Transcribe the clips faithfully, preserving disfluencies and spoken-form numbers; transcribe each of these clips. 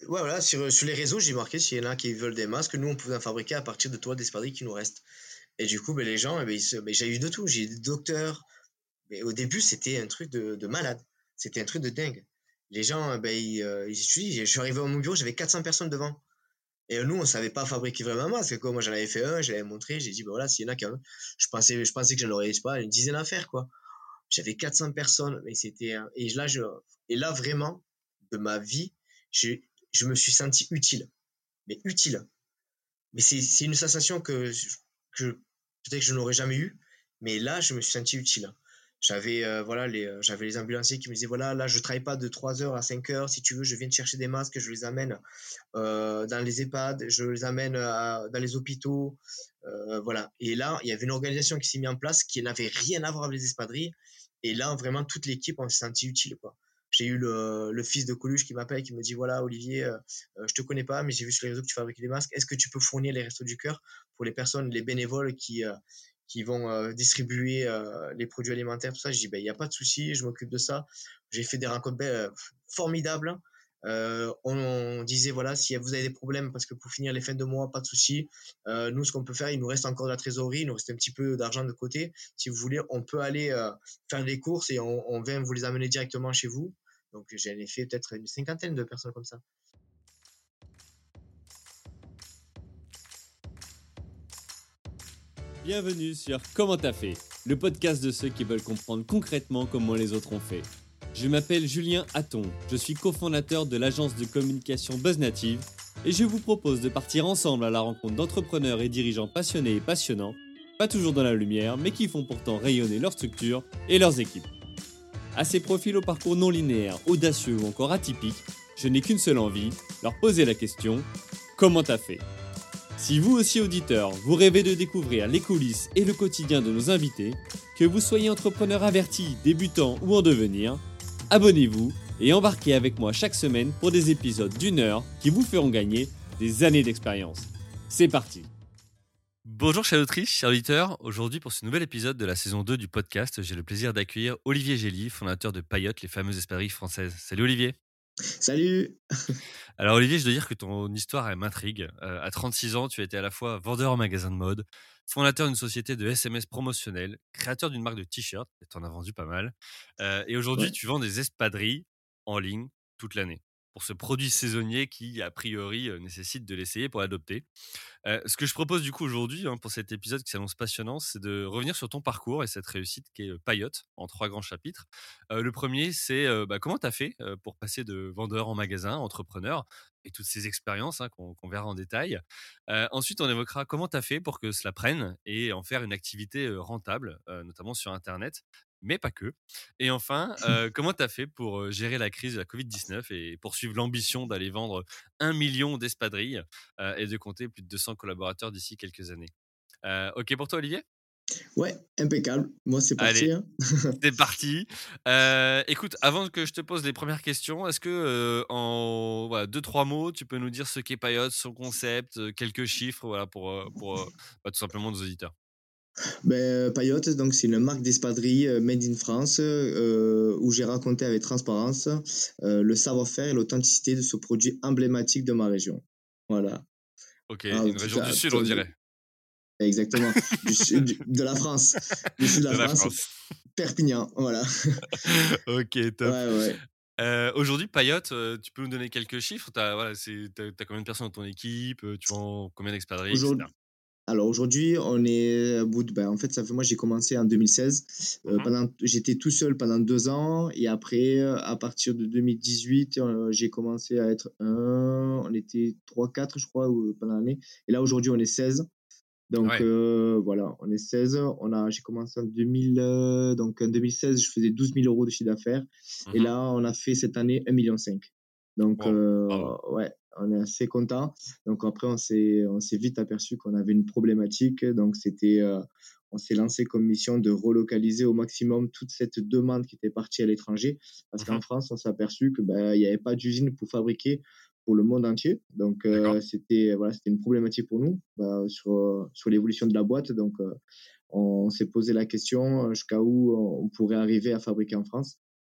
ouais, voilà, sur, sur les réseaux, j'ai marqué s'il y en a qui veulent des masques, nous, on pouvait en fabriquer à partir de toiles d'espadrilles qui nous restent. Et du coup, ben, les gens, eh ben, ils se- ben, j'ai eu de tout. J'ai eu des docteurs. Mais au début, c'était un truc de, de malade. C'était un truc de dingue. Les gens, eh ben, ils, euh, ils étudient. Je suis arrivé à mon bureau, j'avais quatre cents personnes devant. Et nous, on savait pas fabriquer vraiment un masque, quoi. Moi, j'en avais fait un, je l'avais montré, j'ai dit, ben voilà, s'il y en a quand même. Je pensais, je pensais que j'en aurais, je sais pas, une dizaine à faire, quoi. J'avais quatre cents personnes, mais c'était, un- et là, je, et là, vraiment, de ma vie, je, je me suis senti utile. Mais utile. Mais c'est, c'est une sensation que, que peut-être que je n'aurais jamais eue, mais là, je me suis senti utile. J'avais, euh, voilà, les, euh, j'avais les ambulanciers qui me disaient, voilà, là, je travaille pas de trois heures à cinq heures. Si tu veux, je viens te chercher des masques, je les amène euh, dans les EHPAD, je les amène à- dans les hôpitaux. Euh, voilà. Et là, il y avait une organisation qui s'est mise en place qui n'avait rien à voir avec les espadrilles. Et là, vraiment, toute l'équipe, on s'est senti utile, quoi. J'ai eu le, le fils de Coluche qui m'appelle, qui me dit, voilà, Olivier, euh, euh, je te connais pas, mais j'ai vu sur les réseaux que tu fabriques des masques. Est-ce que tu peux fournir les Restos du Cœur pour les personnes, les bénévoles qui, euh, qui vont euh, distribuer euh, les produits alimentaires, tout ça? Je dis, ben, il n'y a pas de souci, je m'occupe de ça. J'ai fait des rencontres ben, euh, formidables. Euh, on, on disait, voilà, si vous avez des problèmes, parce que pour finir les fins de mois, pas de souci. Euh, nous, ce qu'on peut faire, il nous reste encore de la trésorerie, il nous reste un petit peu d'argent de côté. Si vous voulez, on peut aller euh, faire des courses et on, on vient vous les amener directement chez vous. Donc, j'en ai fait peut-être une cinquantaine de personnes comme ça. Bienvenue sur Comment t'as fait, le podcast de ceux qui veulent comprendre concrètement comment les autres ont fait. Je m'appelle Julien Hatton, je suis cofondateur de l'agence de communication BuzzNative et je vous propose de partir ensemble à la rencontre d'entrepreneurs et dirigeants passionnés et passionnants, pas toujours dans la lumière, mais qui font pourtant rayonner leur structure et leurs équipes. À ces profils au parcours non linéaire, audacieux ou encore atypiques, je n'ai qu'une seule envie, leur poser la question « Comment t'as fait ?» Si vous aussi auditeur, vous rêvez de découvrir les coulisses et le quotidien de nos invités, que vous soyez entrepreneur averti, débutant ou en devenir, abonnez-vous et embarquez avec moi chaque semaine pour des épisodes d'une heure qui vous feront gagner des années d'expérience. C'est parti. Bonjour chers autrices, chers auditeurs. Aujourd'hui pour ce nouvel épisode de la saison deux du podcast, j'ai le plaisir d'accueillir Olivier Gély, fondateur de Payotte, les fameuses espadrilles françaises. Salut Olivier. Salut. Alors Olivier, je dois dire que ton histoire elle m'intrigue. Euh, à trente-six ans, tu as été à la fois vendeur en magasin de mode, fondateur d'une société de S M S promotionnel, créateur d'une marque de t-shirts, et tu en as vendu pas mal. Euh, et aujourd'hui, Ouais. tu vends des espadrilles en ligne toute l'année pour ce produit saisonnier qui, a priori, euh, nécessite de l'essayer pour l'adopter. Euh, ce que je propose du coup aujourd'hui hein, pour cet épisode qui s'annonce passionnant, c'est de revenir sur ton parcours et cette réussite qui est euh, Payotte en trois grands chapitres. Euh, le premier, c'est euh, bah, comment tu as fait euh, pour passer de vendeur en magasin, entrepreneur et toutes ces expériences hein, qu'on, qu'on verra en détail. Euh, ensuite, on évoquera comment tu as fait pour que cela prenne et en faire une activité euh, rentable, euh, notamment sur Internet. Mais pas que. Et enfin, euh, comment tu as fait pour euh, gérer la crise de la covid dix-neuf et poursuivre l'ambition d'aller vendre un million d'espadrilles euh, et de compter plus de deux cents collaborateurs d'ici quelques années. Euh, ok pour toi, Olivier? Ouais, impeccable. Moi, c'est parti. Allez, Hein. c'est parti. Euh, écoute, avant que je te pose les premières questions, est-ce que euh, en voilà, deux, trois mots, tu peux nous dire ce qu'est Payotte, son concept, euh, quelques chiffres voilà, pour, euh, pour euh, bah, tout simplement nos auditeurs? Ben, Payotte, donc c'est une marque d'espadrilles euh, made in France euh, où j'ai raconté avec transparence euh, le savoir-faire et l'authenticité de ce produit emblématique de ma région. Voilà. Ok, Ah, une tout région du à- Sud, tout on à- dirait, exactement. Du sud du- de la France. Du sud de la de la France, France. Perpignan. Voilà. Ok, top. Ouais, ouais. Euh, aujourd'hui, Payotte, euh, tu peux nous donner quelques chiffres? T'as, voilà, c'est, t'as, t'as combien de personnes dans ton équipe? Euh, Tu vends combien d'espadrilles, Aujourd'hui, et cetera. Alors aujourd'hui, on est à bout de. Ben, en fait, ça fait moi j'ai commencé en deux mille seize. Euh, Mhm. pendant, j'étais tout seul pendant deux ans et après, euh, à partir de deux mille dix-huit, euh, j'ai commencé à être un. On était trois, quatre, je crois, ou- pendant l'année. Et là aujourd'hui, on est seize. Ah Donc ouais. euh, voilà, on est seize. On a, j'ai commencé en deux mille. euh, donc en deux mille seize, je faisais douze mille euros de chiffre d'affaires. Et Mhm. là, on a fait cette année un virgule cinq million. Donc Wow, euh, bravo. ouais, on est assez content. Donc après, on s'est, on s'est vite aperçu qu'on avait une problématique. Donc c'était, euh, on s'est lancé comme mission de relocaliser au maximum toute cette demande qui était partie à l'étranger. Parce qu'en Mhm. France, on s'est aperçu que ben, il n'y avait pas d'usine pour fabriquer pour le monde entier. Donc D'accord. euh, c'était, voilà, c'était une problématique pour nous bah, sur, sur l'évolution de la boîte. Donc euh, on s'est posé la question euh, jusqu'à où on pourrait arriver à fabriquer en France.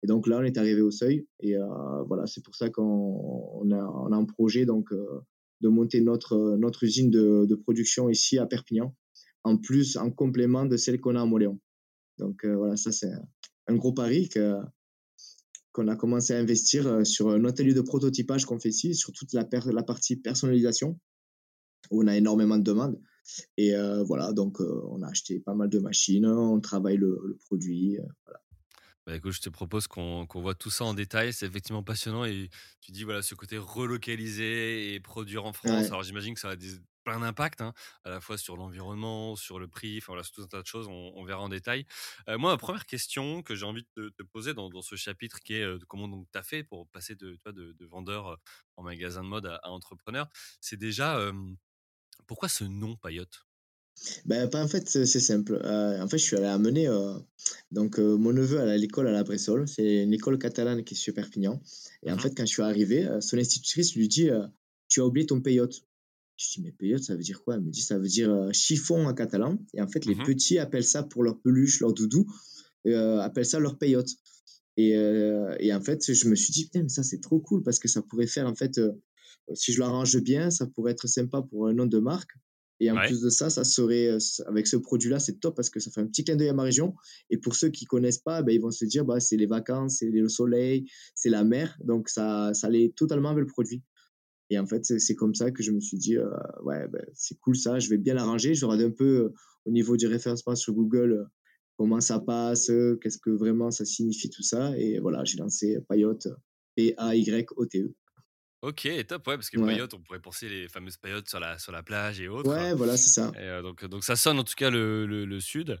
Et donc là, on est arrivé au seuil. Et euh, voilà, c'est pour ça qu'on on a, on a un projet donc, euh, de monter notre, notre usine de, de production ici à Perpignan, en plus, en complément de celle qu'on a à Moléon. Donc euh, voilà, ça, c'est un, un gros pari que, qu'on a commencé à investir euh, sur un atelier de prototypage qu'on fait ici, sur toute la, per- la partie personnalisation, où on a énormément de demandes. Et euh, voilà, donc euh, on a acheté pas mal de machines, on travaille le, le produit. Euh, voilà. Bah, écoute, je te propose qu'on qu'on voit tout ça en détail. C'est effectivement passionnant et tu dis voilà ce côté relocaliser et produire en France. Ouais. Alors j'imagine que ça a des, plein d'impacts, hein, à la fois sur l'environnement, sur le prix, enfin voilà, sur tout un tas de choses. On, on verra en détail. Euh, moi, ma première question que j'ai envie de te, te poser dans, dans ce chapitre qui est euh, de comment donc t'as fait pour passer de, toi, de, de vendeur euh, en magasin de mode à, à entrepreneur, c'est déjà euh, pourquoi ce nom Payotte? Ben, pas, en fait, c'est c'est simple. Euh, en fait, je suis allé amener euh, donc, euh, mon neveu à l'école à la Bressol. C'est une école catalane qui est sur Perpignan. Et en Mhm, fait, quand je suis arrivé, euh, son institutrice lui dit euh, tu as oublié ton peyote. Je dis mais peyote, ça veut dire quoi? Elle me dit ça veut dire euh, chiffon en catalan. Et en fait, les mhm. petits appellent ça pour leur peluche, leur doudou, euh, appellent ça leur peyote. Et, euh, et en fait, je me suis dit, putain, mais ça, c'est trop cool parce que ça pourrait faire, en fait, euh, si je l'arrange bien, ça pourrait être sympa pour un nom de marque. Et en Ouais. plus de ça, ça serait, euh, avec ce produit-là, c'est top parce que ça fait un petit clin d'œil à ma région. Et pour ceux qui connaissent pas, ben, ils vont se dire, bah, c'est les vacances, c'est le soleil, c'est la mer. Donc, ça, ça allait totalement avec le produit. Et en fait, c'est c'est comme ça que je me suis dit, euh, ouais, ben, c'est cool ça, je vais bien l'arranger. Je regarde un peu euh, au niveau du référencement sur Google euh, comment ça passe, euh, qu'est-ce que vraiment ça signifie tout ça. Et voilà, j'ai lancé Payotte, P A Y O T E. Ok, top, ouais, parce que Ouais, paillotes, on pourrait penser les fameuses paillotes sur la, sur la plage et autres. ouais, voilà, c'est ça. Et euh, donc, donc ça sonne en tout cas le, le, le sud.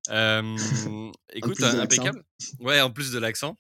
Euh, En écoute, plus de euh, l'accent. impeccable. Ouais, en plus de l'accent.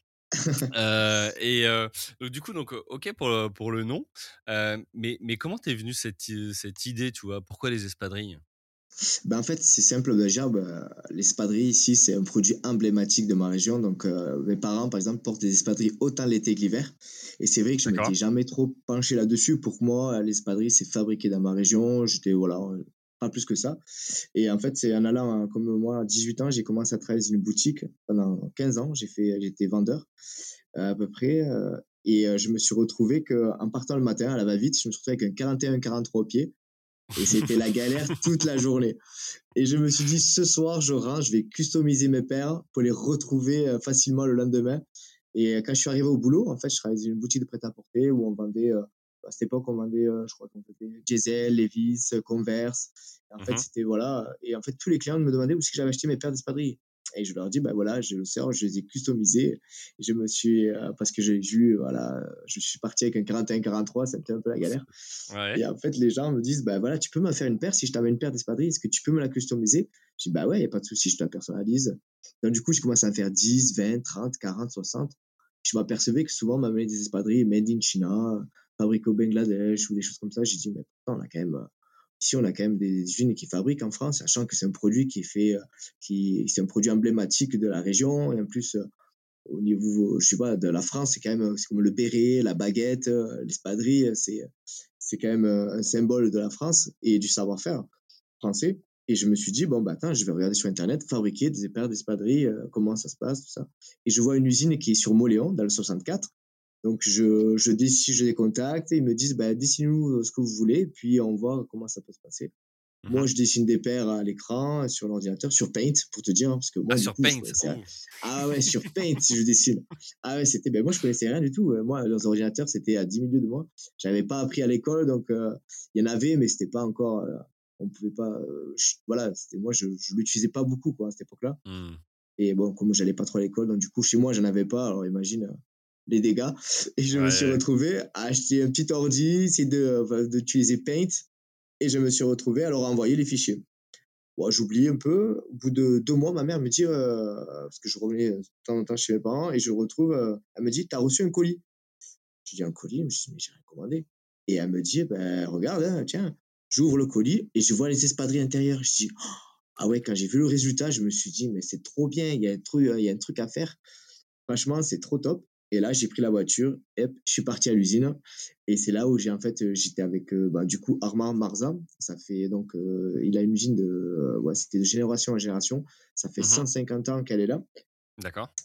Euh, et euh, donc du coup, donc euh, ok pour le, pour le nom. Euh, mais mais comment t'es venue cette i- cette idée, tu vois? Pourquoi les espadrilles? Ben, en fait, c'est simple déjà, ben, l'espadrille ici, c'est un produit emblématique de ma région. Donc, euh, mes parents, par exemple, portent des espadrilles autant l'été que l'hiver. Et c'est vrai que je m'étais D'accord. jamais trop penché là-dessus. Pour moi, l'espadrille, c'est fabriqué dans ma région. J'étais, voilà, euh, pas plus que ça. Et en fait, c'est en allant, euh, comme moi, à dix-huit ans, j'ai commencé à travailler dans une boutique. Pendant quinze ans, j'ai fait, j'étais vendeur, euh, à peu près. Euh, et euh, je me suis retrouvé que, en partant le matin à la va-vite, je me suis retrouvé avec un quarante et un quarante-trois au pied. Et c'était la galère toute la journée. Et je me suis dit, ce soir, je rentre, je vais customiser mes paires pour les retrouver euh, facilement le lendemain. Et euh, quand je suis arrivé au boulot, en fait, je travaillais dans une boutique de prêt-à-porter où on vendait, euh, à cette époque, on vendait, euh, je crois qu'on vendait Diesel, Levi's, euh, Converse. Et en fait, Mhm. c'était, voilà. Et en fait, tous les clients me demandaient où est-ce que j'avais acheté mes paires d'espadrilles. Et je leur dis, bah voilà, je le sors, je les ai customisés. Et je me suis, euh, parce que j'ai vu, voilà, je suis parti avec un quarante et un quarante-trois, c'était un peu la galère. Ouais. Et en fait, les gens me disent, bah voilà, tu peux me faire une paire si je t'amène une paire d'espadrilles, est-ce que tu peux me la customiser? Je dis, bah ouais, y a pas de souci, je te la personnalise. Donc, du coup, je commence à faire dix, vingt, trente, quarante, soixante. Je m'apercevais que souvent, on m'amenait des espadrilles made in China, fabriquées au Bangladesh ou des choses comme ça. J'ai dit, mais pourtant, on a quand même, euh, ici, on a quand même des usines qui fabriquent en France, sachant que c'est un produit qui est fait, euh, qui, c'est un produit emblématique de la région. Et en plus, euh, au niveau, je sais pas, de la France, c'est quand même, c'est comme le béret, la baguette, euh, l'espadrille, c'est, c'est quand même euh, un symbole de la France et du savoir-faire français. Et je me suis dit, bon, bah, attends, je vais regarder sur Internet, fabriquer des paires d'espadrilles, euh, comment ça se passe, tout ça. Et je vois une usine qui est sur Moléon, dans le soixante-quatre. Donc, je, je, décide, je les contacte et ils me disent, bah, dessinez-nous ce que vous voulez, puis on voit comment ça peut se passer. Moi, Mhm. je dessine des paires à l'écran, sur l'ordinateur, sur Paint, pour te dire, hein, parce que Ah moi, du sur coup, je Paint. connaissais rien. Oh. Ah ouais, sur Paint, je dessine. Ah ouais, c'était, ben moi, je connaissais rien du tout. Euh, Moi, dans ordinateur, c'était à dix minutes de moi. J'avais pas appris à l'école, donc, euh, il y en avait, mais c'était pas encore, euh, on pouvait pas, euh, je- voilà, c'était, moi, je, je l'utilisais pas beaucoup, quoi, à cette époque-là. Hmm. Et bon, comme j'allais pas trop à l'école, donc, du coup, chez moi, j'en avais pas, alors imagine, euh, les dégâts. Et je me suis Ouais. retrouvé à acheter un petit ordi, c'est de, enfin, d'utiliser Paint, et je me suis retrouvé à leur envoyer les fichiers. Bon, j'oubliais un peu. Au bout de deux mois, ma mère me dit, euh, parce que je revenais de temps en temps chez mes parents, et je retrouve, euh, elle me dit, t'as reçu un colis. Je dis, un colis? Je me dis, mais j'ai rien commandé. Et elle me dit, ben, regarde, hein, tiens, j'ouvre le colis et je vois les espadrilles intérieures. Je dis, oh, ah ouais, quand j'ai vu le résultat, je me suis dit, mais c'est trop bien, il y a un truc, il y a un truc à faire. Franchement, c'est trop top. Et là, j'ai pris la voiture, et je suis parti à l'usine. Et c'est là où j'ai en fait, euh, j'étais avec euh, bah, du coup Armand Marza. Ça fait donc, euh, il a une usine de, euh, ouais, c'était de génération en génération. Ça fait Mhm. cent cinquante ans qu'elle est là. D'accord.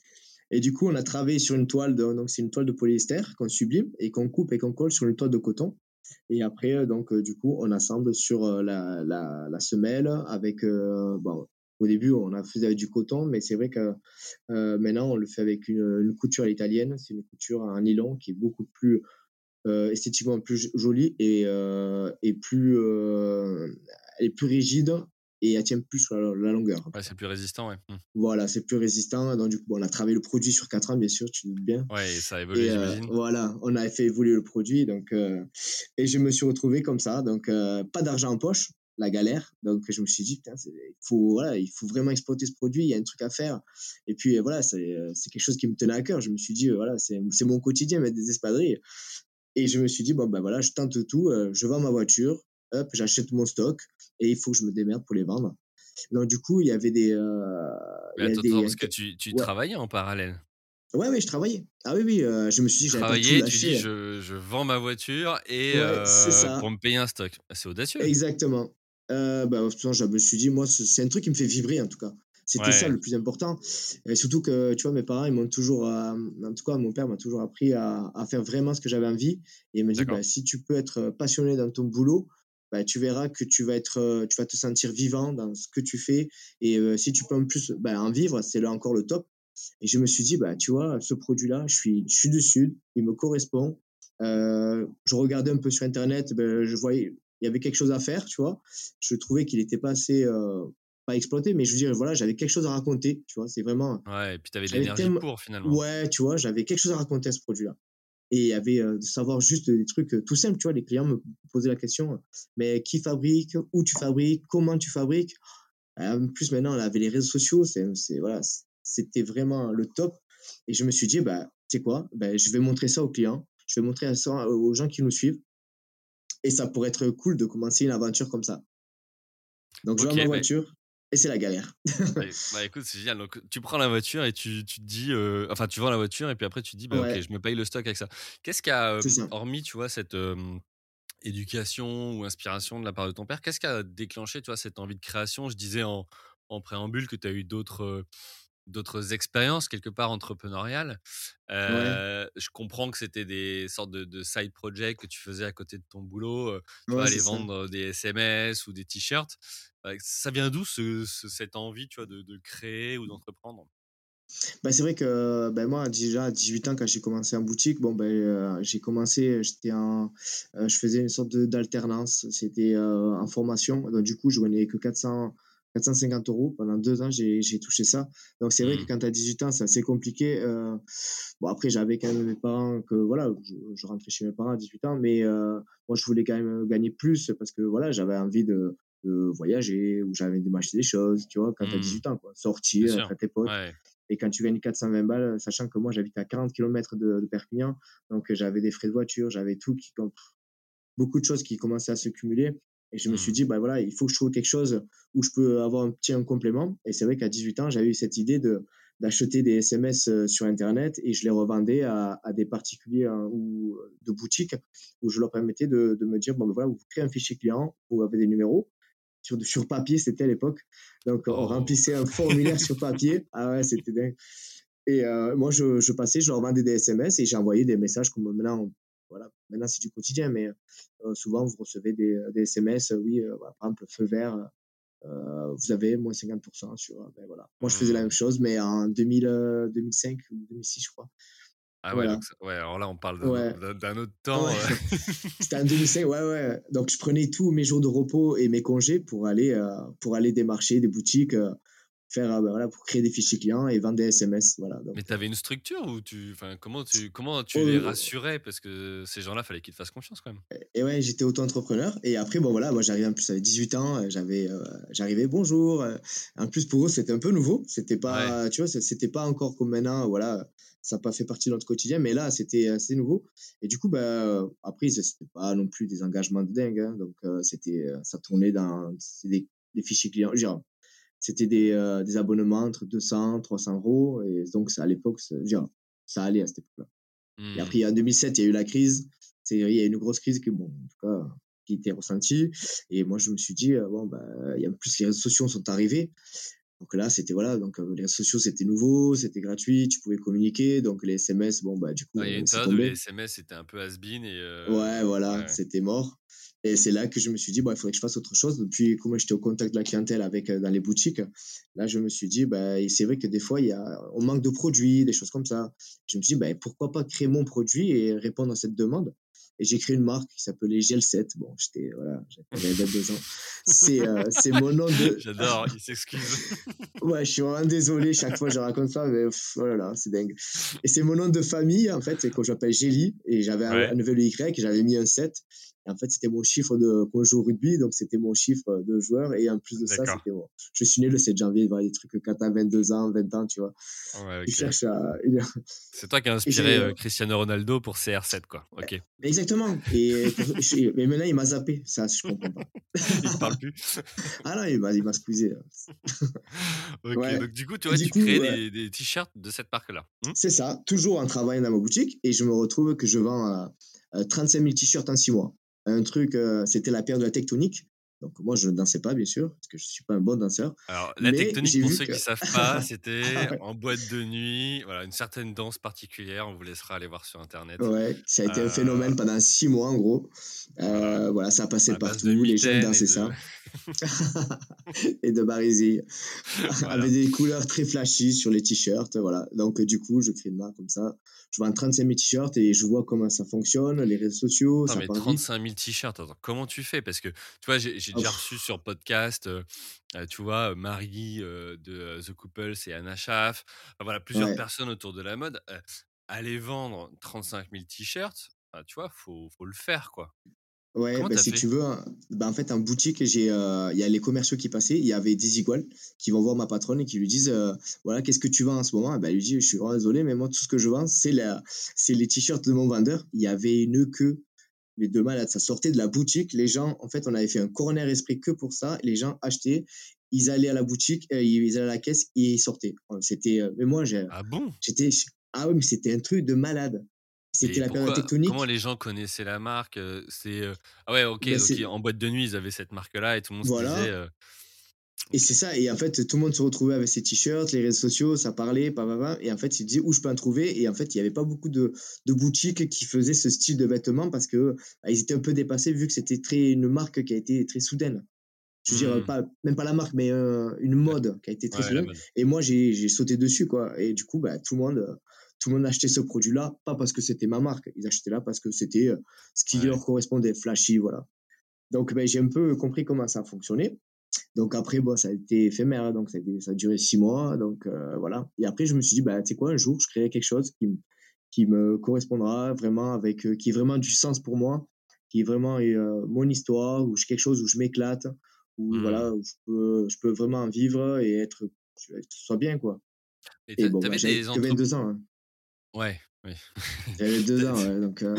Et du coup, on a travaillé sur une toile, de, donc c'est une toile de polyester qu'on sublime et qu'on coupe et qu'on colle sur une toile de coton. Et après, euh, donc, euh, du coup, on assemble sur euh, la, la, la semelle avec, euh, bon, au début, on a fait avec du coton, mais c'est vrai que euh, maintenant, on le fait avec une, une couture à l'italienne. C'est une couture en nylon qui est beaucoup plus euh, esthétiquement plus jolie et, euh, et plus, euh, elle est plus rigide et elle tient plus sur la, la longueur, en tout Ouais, cas. c'est plus résistant, ouais. Mmh. Voilà, c'est plus résistant. Donc, du coup, bon, on a travaillé le produit sur quatre ans, bien sûr, tu te doutes bien. Ouais, et ça a évolué, Et euh, j'imagine. voilà, on a fait évoluer le produit. Donc, euh, et je me suis retrouvé comme ça. Donc, euh, pas d'argent en poche, la galère. Donc, je me suis dit, putain, c'est- il faut, voilà, il faut vraiment exploiter ce produit. Il y a un truc à faire. Et puis, euh, voilà, c'est euh, c'est quelque chose qui me tenait à cœur. Je me suis dit, euh, voilà, c'est c'est mon quotidien, mettre des espadrilles. Et je me suis dit, bon, ben voilà, je tente tout. euh, je vends ma voiture. Hop, j'achète mon stock. Et il faut que je me démerde pour les vendre. Donc, du coup, il y avait des. euh, il Mais y a attends, attends, des. parce que tu tu Ouais, travaillais en parallèle? ouais, ouais, je travaillais. Ah oui, oui, euh, je me suis Tu dit, j'allais pas tout travaillais, tu dis: lâcher. «Je je vends ma voiture et Ouais, c'est heu, ça. pour me payer un stock». Bah, c'est audacieux. Exactement. Heu, bah, de toute façon, je me suis dit, moi, ce c'est un truc qui me fait vibrer, en tout cas. C'était ça Ouais, le plus important et surtout que, tu vois, mes parents, ils m'ont toujours, hem, en tout cas, mon père m'a toujours appris à à faire vraiment ce que j'avais envie et il me dit: d'accord. «Bah, si tu peux être, passionné dans ton boulot, bah, tu verras que tu vas être, heu, tu vas te sentir vivant dans ce que tu fais et heu, si tu peux en plus, bah, en vivre, c'est là encore le top» et je me suis dit: «Bah, tu vois, ce produit-là, je suis je suis dessus, il me correspond». Heu, je regardais un peu sur internet, beh, je voyais il y avait quelque chose à faire, tu vois. Je trouvais qu'il était pas assez, euh, pas exploité, mais je veux dire, voilà, j'avais quelque chose à raconter, tu vois. C'est vraiment, Ouais et puis tu avais de j'avais l'énergie tellement, pour finalement. ouais, tu vois, j'avais quelque chose à raconter à ce produit-là. Et il y avait euh, de savoir juste des trucs euh, tout simples, tu vois. Les clients me posaient la question, mais qui fabrique, où tu fabriques, comment tu fabriques. Euh, En plus, maintenant, on avait les réseaux sociaux, c'est, c'est, voilà, c'était vraiment le top. Et je me suis dit, bah, tu sais quoi, bah, je vais montrer ça aux clients, je vais montrer ça aux gens qui nous suivent. Et ça pourrait être cool de commencer une aventure comme ça. Donc, je vends ma OK, beh, voiture et c'est la galère. bah bah, écoute, c'est génial. Donc tu prends la voiture et tu tu te dis, heu, enfin tu vends la voiture et puis après tu te dis: «Bah, OK, Ouais, je me paye le stock avec ça». Qu'est-ce qui a, c'est hem, ça. hormis, tu vois, cette, hem, éducation ou inspiration de la part de ton père, qu'est-ce qui a déclenché, tu vois, cette envie de création? Je disais en en préambule que tu as eu d'autres, heu, d'autres expériences quelque part entrepreneuriales. Ouais, Heu, je comprends que c'était des sortes de de side projects que tu faisais à côté de ton boulot, heu, tu vois, ouais, aller c'est ça. vendre des S M S ou des t-shirts. Heu, ça vient d'où ce ce cette envie, tu vois, de de créer ou d'entreprendre? Bah, c'est vrai que ben, moi, déjà, à dix-huit ans, quand j'ai commencé en boutique, bon, ben, euh, j'ai commencé, j'étais en, euh, je faisais une sorte de- d'alternance. C'était euh, en formation. Donc, du coup, je gagnais que quatre cents, quatre cent cinquante euros. Pendant deux ans, j'ai j'ai touché ça. Donc, c'est vrai que Mmh. quand tu as dix-huit ans, c'est assez compliqué. Euh, bon, après, j'avais quand même mes parents que, voilà, je, je rentrais chez mes parents à dix-huit ans, mais euh, moi, je voulais quand même gagner plus parce que, voilà, j'avais envie de, de voyager ou j'avais envie de m'acheter des choses, tu vois, quand tu as Mmh. dix-huit ans, quoi. Bien Sortir, être sûr. à tes potes. Ouais. Et quand tu gagnes quatre cent vingt balles, sachant que moi, j'habite à quarante kilomètres de, de Perpignan, donc euh, j'avais des frais de voiture, j'avais tout, qui, beaucoup de choses qui commençaient à se cumuler. Et je me suis Mmh. dit, bah voilà, il faut que je trouve quelque chose où je peux avoir un petit un complément. Et c'est vrai qu'à dix-huit ans, j'avais eu cette idée de d'acheter des S M S euh, sur Internet et je les revendais à, à des particuliers hein, ou euh, de boutiques où je leur permettais de, de me dire, bon, ben voilà, vous créez un fichier client, vous avez des numéros. Sur, sur papier, c'était à l'époque. Donc, on Oh! remplissait un formulaire sur papier. Ah ouais, c'était dingue. Et euh, moi, je, je passais, je leur vendais des S M S et j'ai envoyé des messages comme maintenant, voilà, maintenant c'est du quotidien, mais euh, souvent vous recevez des, des S M S, euh, oui, euh, voilà, par exemple, feu vert, euh, vous avez moins cinquante pour cent sur, euh, ben voilà. Moi, je faisais la même Mmh. chose, mais en deux mille, euh, deux mille cinq ou deux mille six, je crois. Ah ouais, Voilà, donc ça ouais, alors là, on parle d'un au ouais, d'un d'un autre ouais. temps, heu. C'était en deux mille cinq, ouais, ouais. Donc, je prenais tous mes jours de repos et mes congés pour aller, euh, pour aller démarcher des boutiques, euh, faire, euh, ben voilà, pour créer des fichiers clients et vendre des S M S, voilà. Donc, Mais tu avais une structure ou tu enfin, comment tu comment tu les euh, rassurais? Parce que ces gens-là, fallait qu'ils te fassent confiance quand même. et ouais, j'étais auto-entrepreneur. Et après, bon, voilà, moi, j'arrivais en plus, j'avais dix-huit ans, euh, j'avais, euh, j'arrivais, bonjour. euh, En plus, pour eux, c'était un peu nouveau. C'était Ouais. pas, tu vois, c'était pas encore comme maintenant, voilà, ça n'a pas fait partie de notre quotidien, mais là, c'était assez nouveau. Et du coup, bah, euh, après, ce- c'était pas non plus des engagements de dingue, hein. Donc, euh, c'était, euh, ça tournait dans, c'était des, des fichiers clients. Genre, c'était des, euh, des abonnements entre deux cents, trois cents euros. Et donc, ça, à l'époque, ça, genre, ça allait à cette époque-là. Et Mmh. après, en deux mille sept, il y a eu la crise. C'est, il y a eu une grosse crise que, bon, en tout cas, qui était ressentie. Et moi, je me suis dit, euh, bon, bah, il y a, en plus, les réseaux sociaux sont arrivés. Donc là, c'était voilà, donc euh, les réseaux sociaux, c'était nouveau, c'était gratuit, tu pouvais communiquer. Donc les S M S, bon, bah, du coup, Ah, il y a on une laissait période où les tomber. S M S étaient un peu has-been et Ouais, heu, voilà, ouais, c'était mort. Et c'est là que je me suis dit, bon, il faudrait que je fasse autre chose. Depuis, comme j'étais au contact de la clientèle avec, euh, dans les boutiques, là, je me suis dit, bah, et c'est vrai que des fois, il y a, on manque de produits, des choses comme ça. Je me suis dit, bah, pourquoi pas créer mon produit et répondre à cette demande. Et j'ai créé une marque qui s'appelait Gel sept. Bon, j'étais, voilà, j'avais vingt-deux ans. C'est, euh, c'est mon nom de, j'adore, il s'excuse. ouais, je suis vraiment désolé, chaque fois je raconte ça, mais pff, oh là là, c'est dingue. Et c'est mon nom de famille, en fait, c'est quand j'appelle Gély, et j'avais un, un Ouais, nouvel Y, et j'avais mis un sept. Et en fait, c'était mon chiffre de, quand je joue au rugby, donc c'était mon chiffre de joueur, et en plus de ça, d'accord. c'était mon, je suis né le sept janvier, voilà, des trucs quand t'as vingt-deux ans, vingt ans, tu vois. Ouais, Tu OK. cherches à, C'est toi qui as et inspiré, j'ai, heu, Cristiano Ronaldo pour C R sept, quoi. ouais, OK. exactement. Et pour, je- mais maintenant, il m'a zappé, ça, je comprends pas. Il te parle plus? Ah là, il m'a, il m'a squeezé, là. OK, Ouais. donc du coup, tu Et vois, du tu coup, crées ouais, des des t-shirts de cette marque-là? Mmh? c'est ça, toujours en travaillant dans ma boutique, et je me retrouve que je vends euh, euh, trente-cinq mille t-shirts en six mois. Un truc, euh, c'était la période de la tectonique. Donc moi, je ne dansais pas, bien sûr, parce que je ne suis pas un bon danseur. Alors, la Mais tectonique, j'ai pour vu ceux que... qui savent pas, Ah c'était ouais, en boîte de nuit, voilà, une certaine danse particulière, on vous laissera aller voir sur internet. ouais, ça a été un Heu, phénomène pendant six mois, en gros. voilà, Euh, voilà, ça passait à base de partout, les jeunes mitaines et dansaient de ça. Et de barésie, avec voilà. des couleurs très flashy sur les t-shirts, voilà. Donc euh, du coup, je crée une marque comme ça. Je vends trente-cinq mille t-shirts et je vois comment ça fonctionne, les réseaux sociaux, Attends, ça mais part vite. trente-cinq mille t-shirts, attends, comment tu fais? Parce que, tu vois, j'ai j'ai Ah, déjà pff, reçu sur podcast, heu heu, tu vois, heu, Marie, heu, de, heu, The Couple, c'est Anna Schaaf. Enfin, voilà, plusieurs ouais. personnes autour de la mode. Heu, aller vendre trente-cinq mille t-shirts, bah, tu vois, faut faut le faire, quoi. Ouais, Comment bah, tu as si fait? tu veux, hein, bah, en fait, en boutique, j'ai, euh, il y a les commerciaux qui passaient. Il y avait Desigual qui vont voir ma patronne et qui lui disent, euh, voilà, qu'est-ce que tu vends en ce moment? Bah, elle lui dit, je suis vraiment désolé, mais moi, tout ce que je vends, c'est la, c'est les t-shirts de mon vendeur. Il y avait une queue, les deux malades, ça sortait de la boutique. Les gens, en fait, on avait fait un corner esprit que pour ça. Les gens achetaient, ils allaient à la boutique, euh, ils allaient à la caisse et ils sortaient. C'était, euh, mais moi, j'ai, Ah bon? j'étais, ah oui, mais c'était un truc de malade. C'était Mais la période pourquoi comment tectonique. les gens connaissaient la marque? Heu, c'est, heu ah ouais, OK, Ben, donc c'est, i en boîte de nuit, ils avaient cette marque-là et tout le monde se disait, voilà. heu Et OK. c'est ça, et en fait, tout le monde se retrouvait avec ses t-shirts, les réseaux sociaux, ça parlait, pa, pa, pa, et en fait, il disait où je peux en trouver, et en fait, il n'y avait pas beaucoup de, de boutiques qui faisaient ce style de vêtements parce que bah, ils étaient un peu dépassés vu que c'était très une marque qui a été très soudaine. Je veux dire, Mmh. pas, même pas la marque, mais euh, une La mode qui a été très ouais, la soudaine. mode. Et moi, j'ai, j'ai sauté dessus, quoi. Et du coup, bah, tout le monde, euh, tout le monde achetait ce produit-là, pas parce que c'était ma marque, ils achetaient là parce que c'était euh, ce qui Ouais. leur correspondait, flashy, voilà. Donc, ben, j'ai un peu compris comment ça fonctionnait. Donc après, bon, ça a été éphémère, hein, donc ça a, été- ça a duré six mois, donc euh, voilà. Et après, je me suis dit, bah, tu sais quoi, un jour, je créerai quelque chose qui, me- qui me correspondra vraiment, avec, euh, qui ait vraiment du sens pour moi, qui est vraiment euh, mon histoire, ou quelque chose où je m'éclate, où Mmh. voilà, où je peux, je peux vraiment en vivre et être, que ce soit bien, quoi. Et Et tu bon, tu bah, avais j'avais des que entre vingt-deux ans, hein. ouais, oui. J'avais Tu deux ans, ouais, donc euh,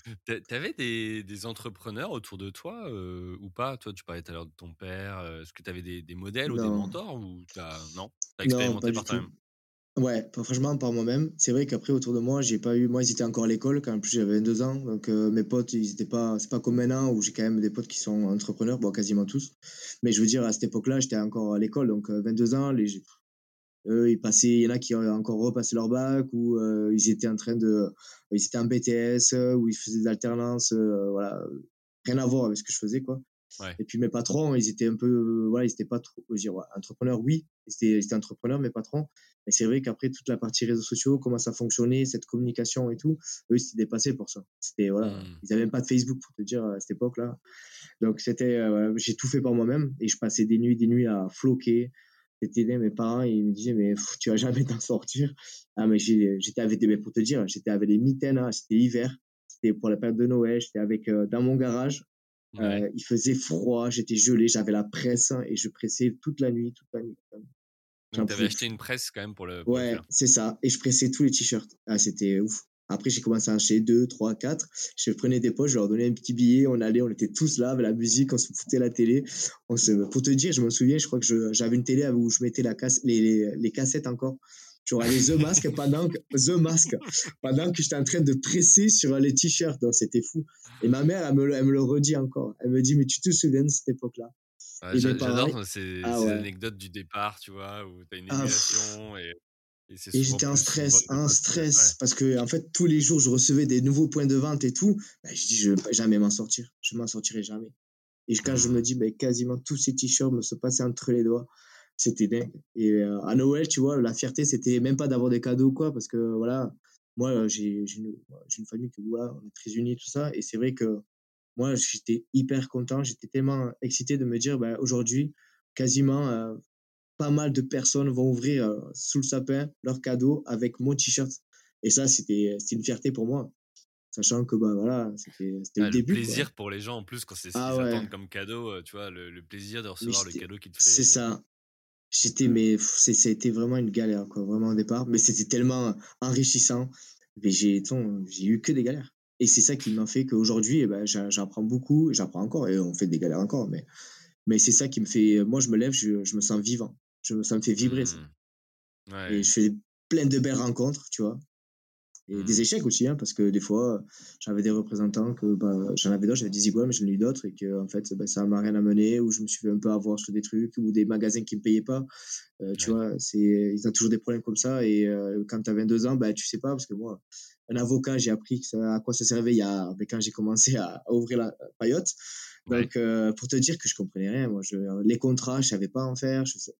tu avais des des entrepreneurs autour de toi, heu, ou pas? Toi, tu parlais tout à l'heure de ton père, heu, est-ce que tu avais des des modèles ou des non, mentors ou tu non? Tu as non, pas expérimenté du par tout. toi-même? Ouais, pas franchement par moi-même. C'est vrai qu'après autour de moi, j'ai pas eu, moi ils étaient encore à l'école quand en plus j'avais vingt-deux ans, donc euh, mes potes ils étaient pas, c'est pas comme maintenant où j'ai quand même des potes qui sont entrepreneurs, bon quasiment tous. Mais je veux dire à cette époque-là, j'étais encore à l'école, donc euh, vingt-deux ans, les eux ils passaient, il y en a qui ont encore repassé leur bac, ou euh, ils étaient en train de, ils étaient en B T S, euh, ou ils faisaient des alternances, euh, voilà, rien à voir avec ce que je faisais, quoi. Ouais. Et puis mes patrons, ils étaient un peu, euh, voilà, ils étaient pas trop, je veux dire, ouais, entrepreneurs, oui, ils étaient, ils étaient entrepreneurs, mes patrons. Mais c'est vrai qu'après toute la partie réseaux sociaux, comment ça fonctionnait, cette communication et tout, eux, ils s'étaient dépassés pour ça. C'était, voilà, Mmh. ils avaient même pas de Facebook pour te dire à cette époque-là. Donc c'était, euh, j'ai tout fait par moi-même et je passais des nuits, des nuits à floquer. C'était mes parents, ils me disaient, mais pff, tu vas jamais t'en sortir. Ah, mais j'ai- j'étais avec des, mais pour te dire, j'étais avec des mitaines, hein, c'était hiver. C'était pour la période de Noël. J'étais avec, euh, dans mon garage. Ouais. Euh, il faisait froid, j'étais gelé, j'avais la presse et je pressais toute la nuit, toute la nuit. Toute la nuit. Donc J'en tu avais pouvais acheté plus. une presse quand même pour le pour le Ouais, faire? c'est ça. Et je pressais tous les t-shirts. Ah, c'était ouf. Après, j'ai commencé à acheter deux, trois, quatre. Je prenais des poches, je leur donnais un petit billet. On allait, on était tous là avec la musique, on se foutait la télé. On se... Pour te dire, je me souviens, je crois que je- j'avais une télé où je mettais la casse... les, les, les cassettes encore. Je regardais The Mask pendant que, The Mask, pendant que j'étais en train de presser sur les t-shirts. Donc, c'était fou. Et ma mère, elle me, le- elle me le redit encore. Elle me dit, mais tu te souviens de cette époque-là? Ouais, Et mes j'a parents, j'adore ces ah ces ouais, anecdotes du départ, tu vois? Où tu as une ah, pff, émulation et et c'est et souvent j'étais en plus une stress, bande de en potes que ouais. stress, parce que en fait, tous les jours, je recevais des nouveaux points de vente et tout. Bah, je dis, je vais jamais m'en sortir. Je m'en sortirai jamais. Et quand je me Mmh. dis, ben, quasiment tous ces t-shirts me sont passés entre les doigts, c'était dingue. Et euh, à Noël, tu vois, la fierté, c'était même pas d'avoir des cadeaux ou quoi, parce que voilà, moi, euh, j'ai j'ai une, j'ai une famille que voilà, on est très unis, tout ça. Et c'est vrai que moi, j'étais hyper content, j'étais tellement excité de me dire, ben, aujourd'hui, quasiment euh, pas mal de personnes vont ouvrir euh, sous le sapin leur cadeau avec mon t-shirt. Et ça, c'était c'était une fierté pour moi, sachant que bah, voilà, c'était c'était le Ah, le début, quoi. plaisir pour les gens en plus quand c'est ce Ah qu'ils ouais, attendent comme cadeau, heu, tu vois? Le le plaisir de mais recevoir le j'étais cadeau qui te c'est fait ça. J'étais mais pff, c'est ça a été vraiment une galère, quoi, vraiment au départ, mais c'était tellement enrichissant. Mais j'ai ton j'ai eu que des galères et c'est ça qui m'a fait qu'aujourd'hui, eh ben, j'a j'apprends beaucoup, j'apprends encore et on fait des galères encore, mais mais c'est ça qui me fait moi, je me lève, je je me sens vivant. Je me ça me fait vibrer ça mmh, et ouais, je fais plein de belles rencontres, tu vois? Et des mmh, échecs aussi, hein, parce que des fois, j'avais des représentants que bah, j'en avais d'autres, j'avais des iguales, mais j'en ai eu d'autres, et que en fait, bah, ça m'a rien amené, ou je me suis fait un peu avoir sur des trucs, ou des magasins qui me payaient pas. Euh, tu ouais, vois, c'est, ils ont toujours des problèmes comme ça, et euh, quand tu as vingt-deux ans, bah, tu sais pas, parce que moi, un avocat, j'ai appris que ça, à quoi ça servait il y a, bah, quand j'ai commencé à, à ouvrir la paillote. ouais. Donc, euh, pour te dire que je comprenais rien, moi, je, les contrats, je savais pas en faire, je sais,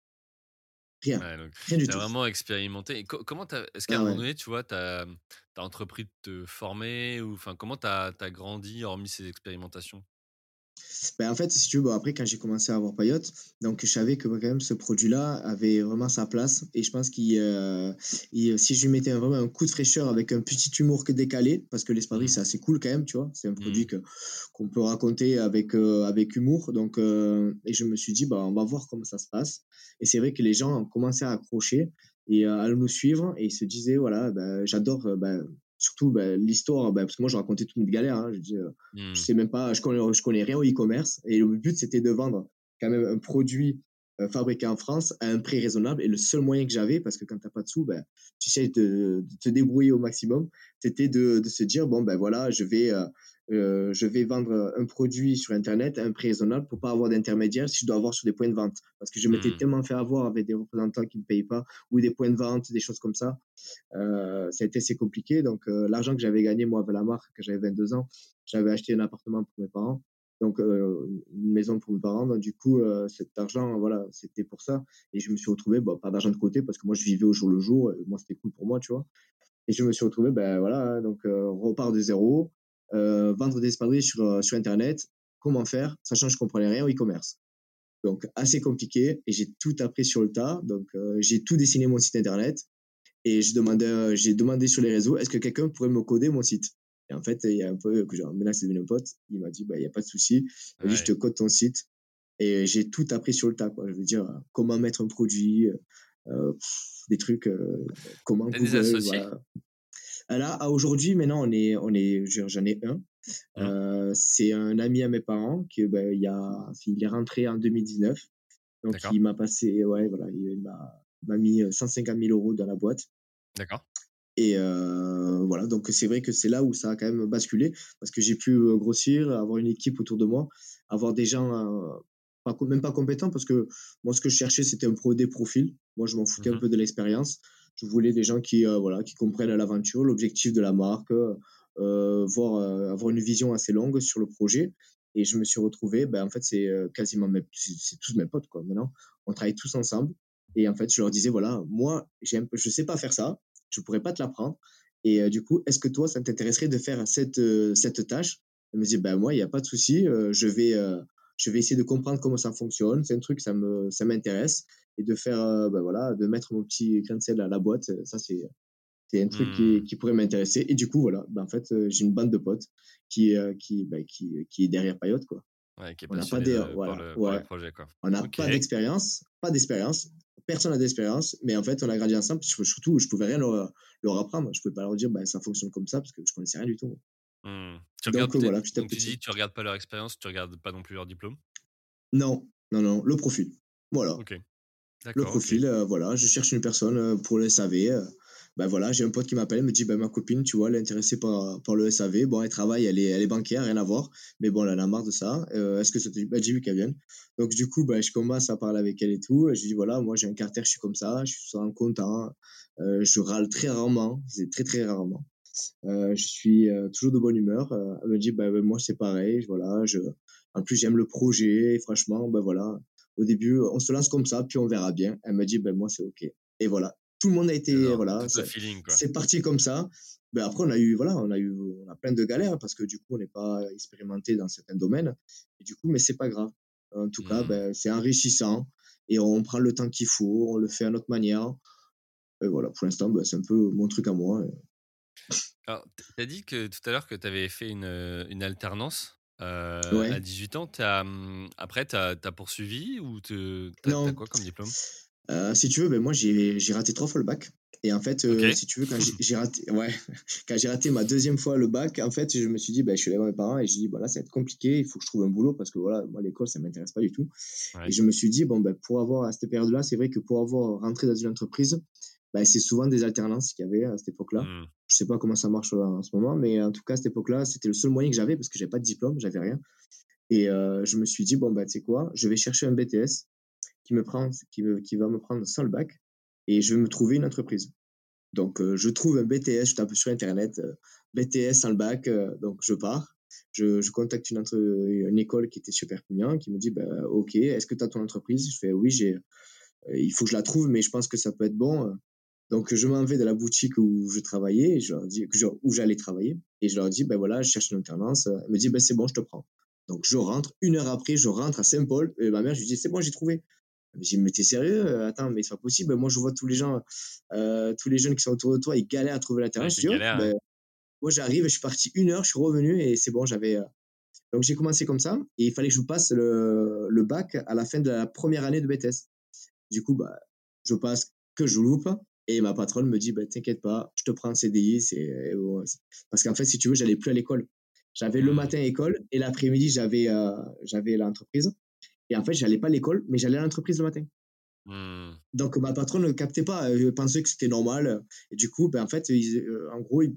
rien, Ouais, donc rien du tu as tout. vraiment expérimenté et co comment tu est-ce qu'à un Ah moment ouais. donné, tu vois, tu as, mmh, entrepris de te former ou enfin, comment tu as grandi hormis ces expérimentations? Ben, en fait, si tu veux, bon, après, quand j'ai commencé à avoir Payotte, donc je savais que bah, quand même ce produit-là avait vraiment sa place. Et je pense qu'il, euh, il- si je lui mettais un- vraiment un coup de fraîcheur avec un petit humour que décalé, parce que l'espadrille, Mmh. c'est assez cool quand même, tu vois. C'est un produit Mmh. que, qu'on peut raconter avec, euh, avec humour. Donc, euh, et je me suis dit, bah, on va voir comment ça se passe. Et c'est vrai que les gens ont commencé à accrocher et euh, à nous suivre. Et ils se disaient, voilà, ben, j'adore euh, ben, surtout ben, l'histoire, ben, parce que moi, je racontais toutes mes galères. Hein. Je dis, euh, je Mmh. sais même pas, je connais, je connais rien au e-commerce. Et le but, c'était de vendre quand même un produit euh, fabriqué en France à un prix raisonnable. Et le seul moyen que j'avais, parce que quand t'as pas de sous, ben, tu essaies de, de te débrouiller au maximum, c'était de, de se dire, bon, ben voilà, je vais, euh, euh, je vais vendre un produit sur Internet à un prix raisonnable pour pas avoir d'intermédiaire si je dois avoir sur des points de vente. Parce que je m'étais Mmh. tellement fait avoir avec des représentants qui ne me payaient pas ou des points de vente, des choses comme ça. Euh, ça a été assez compliqué. Donc, euh, l'argent que j'avais gagné, moi, avec la marque, quand j'avais vingt-deux ans, j'avais acheté un appartement pour mes parents. Donc, euh, une maison pour mes parents. Donc, du coup, euh, cet argent, voilà, c'était pour ça. Et je me suis retrouvé, bah, pas d'argent de côté parce que moi, je vivais au jour le jour. Et moi, c'était cool pour moi, tu vois. Et je me suis retrouvé, ben voilà, hein, donc, euh, on repart de zéro, euh, vendre des espadrilles sur, euh, sur Internet. Comment faire, sachant que je comprenais rien au e-commerce. Donc, assez compliqué. Et j'ai tout appris sur le tas. Donc, euh, j'ai tout dessiné mon site Internet. Et je demandais, euh, j'ai demandé sur les réseaux, est-ce que quelqu'un pourrait me coder mon site? Et en fait, il y a un peu, que genre, mais là, c'est devenu un pote. Il m'a dit, bah, il n'y a pas de souci. Il m'a dit, je te Ouais. code ton site. Et j'ai tout appris sur le tas, quoi. Je veux dire, euh, comment mettre un produit, euh, pff, des trucs, euh, comment Tu as des Google, associés? voilà. Ah, là, à aujourd'hui, maintenant, on est, on est, j'en ai un. Mmh. Euh, c'est un ami à mes parents qui, ben, il y a, il est rentré en deux mille dix-neuf. Donc, D'accord, il m'a passé, ouais, voilà, il m'a, il m'a mis cent cinquante mille euros dans la boîte. d'accord. Et euh, voilà, donc c'est vrai que c'est là où ça a quand même basculé, parce que j'ai pu euh, grossir, avoir une équipe autour de moi, avoir des gens, euh, pas, même pas compétents, parce que moi, ce que je cherchais, c'était un pro des profils. Moi, je m'en foutais un Mmh. peu de l'expérience. Je voulais des gens qui, euh, voilà, qui comprennent l'aventure, l'objectif de la marque, euh, voir, euh, avoir une vision assez longue sur le projet. Et je me suis retrouvé, ben, en fait, c'est euh, quasiment mes, c'est c'est tous mes potes, quoi. Maintenant, on travaille tous ensemble. Et en fait, je leur disais, voilà, moi, j'aime, je sais pas faire ça, je pourrais pas te l'apprendre. Et euh, du coup, est-ce que toi, ça t'intéresserait de faire cette, euh, cette tâche? Elle me dit, ben moi, il n'y a pas de souci, euh, je vais, euh, je vais essayer de comprendre comment ça fonctionne. C'est un truc, ça me, ça m'intéresse. Et de faire, euh, ben voilà, de mettre mon petit grain de sel à la boîte, euh, ça, c'est, c'est un truc qui, Mmh. qui pourrait m'intéresser. Et du coup, voilà, ben en fait, euh, j'ai une bande de potes qui, euh, qui, ben, qui, qui est derrière Payotte, quoi. Ouais, qui est On n'a pas passionné des, de par voilà, le par le ouais, projet, quoi. on n'a OK. pas d'expérience, pas d'expérience. Personne n'a d'expérience, mais en fait, on a grandi ensemble. Surtout, je pouvais rien leur, leur apprendre. Je pouvais pas leur dire, bah, ça fonctionne comme ça, parce que je connaissais rien du tout. Mmh. Tu regardes Donc euh, peut-être voilà, petit à donc tu dis, petit. tu regardes pas leur expérience, tu regardes pas non plus leur diplôme? Non, non, non, le profil. Voilà, OK. le D'accord, OK. profil. Euh, voilà, je cherche une personne euh, pour le S A V. euh, Ben voilà, j'ai un pote qui m'appelle, me dit, ben ma copine, tu vois, elle est intéressée par, par le S A V. Bon, elle travaille, elle est, elle est banquière, rien à voir. Mais bon, elle en a marre de ça. Euh, est-ce que ça te dit? Ben, j'ai vu qu'elle vienne. Donc, du coup, ben, je commence à parler avec elle et tout. Et je lui dis, voilà, moi, j'ai un caractère, je suis comme ça, je suis souvent content. Euh, je râle très rarement, c'est très, très rarement. Euh, je suis euh, toujours de bonne humeur. Euh, elle me dit, ben, ben, moi, c'est pareil. Voilà, je... En plus, j'aime le projet. Et franchement, ben voilà, au début, on se lance comme ça, puis on verra bien. Elle me dit, ben moi, c'est OK. Et voilà. Tout le monde a été, J'adore, voilà, tout au ça- feeling, quoi. c'est parti comme ça. Ben après, on a eu, voilà, on a eu, on a plein de galères parce que du coup, on n'est pas expérimenté dans certains domaines. Et du coup, mais c'est pas grave. En tout cas, Mmh. ben, c'est enrichissant et on prend le temps qu'il faut, on le fait à notre manière. Et voilà, pour l'instant, ben, c'est un peu mon truc à moi. Alors, tu as dit que tout à l'heure que tu avais fait une, heu, une alternance, heu, Ouais. à dix-huit ans. Tu as, mmh, après tu as poursuivi ou te tu as Non, quoi comme diplôme? Heu, si tu veux, ben moi j'ai j'ai raté trois fois le bac et en fait, heu, OK. si tu veux quand j'ai j'ai raté ouais, quand j'ai raté ma deuxième fois le bac, en fait, je me suis dit: «Bah, je suis allé voir mes parents et j'ai dit: "Bah, là, ça va être compliqué, il faut que je trouve un boulot parce que voilà, moi l'école ça m'intéresse pas du tout"» et Ouais. je me suis dit: «Bon, ben pour avoir à cette période-là, c'est vrai que pour avoir rentré dans une entreprise, bah, c'est souvent des alternances qu'il y avait à cette époque-là». Mmh. Je sais pas comment ça marche, heu, en ce moment, mais en tout cas à cette époque-là, c'était le seul moyen que j'avais parce que j'avais pas de diplôme, j'avais rien et heu, je me suis dit: «Bon, bah, tu sais quoi? Je vais chercher un B T S qui me prend, qui, me, qui va me prendre sans le bac et je vais me trouver une entreprise. Donc, euh, je trouve un B T S, je tape sur Internet, euh, B T S sans le bac, euh, donc je pars. Je, je contacte une, entre, une école qui était sur Perpignan, qui me dit, bah, OK, est-ce que tu as ton entreprise? Je fais, oui, j'ai, euh, il faut que je la trouve, mais je pense que ça peut être bon. Donc, je m'en vais de la boutique où je travaillais, et je leur dis, que je- où j'allais travailler, et je leur dis, ben voilà, je cherche une alternance. Elle me dit, ben c'est bon, je te prends. Donc, je rentre, une heure après, je rentre à Saint-Paul, et ma mère, je lui dis, c'est bon, j'ai trouvé. J'ai dit, mais t'es sérieux? Euh, Attends, mais c'est pas possible. Moi, je vois tous les gens, euh, tous les jeunes qui sont autour de toi, ils galèrent à trouver la terrain. Ouais, Je tu dis, ouais, galères, ben, hein. moi, j'arrive, je suis parti une heure, je suis revenu et c'est bon, j'avais. euh, Donc, j'ai commencé comme ça et il fallait que je passe le, le bac à la fin de la première année de B T S. Du coup, bah, je passe que je loupe et ma patronne me dit, bah, t'inquiète pas, je te prends en C D I. C'est... ouais, c'est- Parce qu'en fait, si tu veux, j'allais plus à l'école. J'avais le Mmh. matin école et l'après-midi, j'avais, euh, j'avais l'entreprise. Et en fait, j'allais pas à l'école, mais j'allais à l'entreprise le matin. Mmh. Donc ma patronne ne captait pas, elle pensait que c'était normal. Et du coup, ben, en fait, ils, euh, en gros, ils,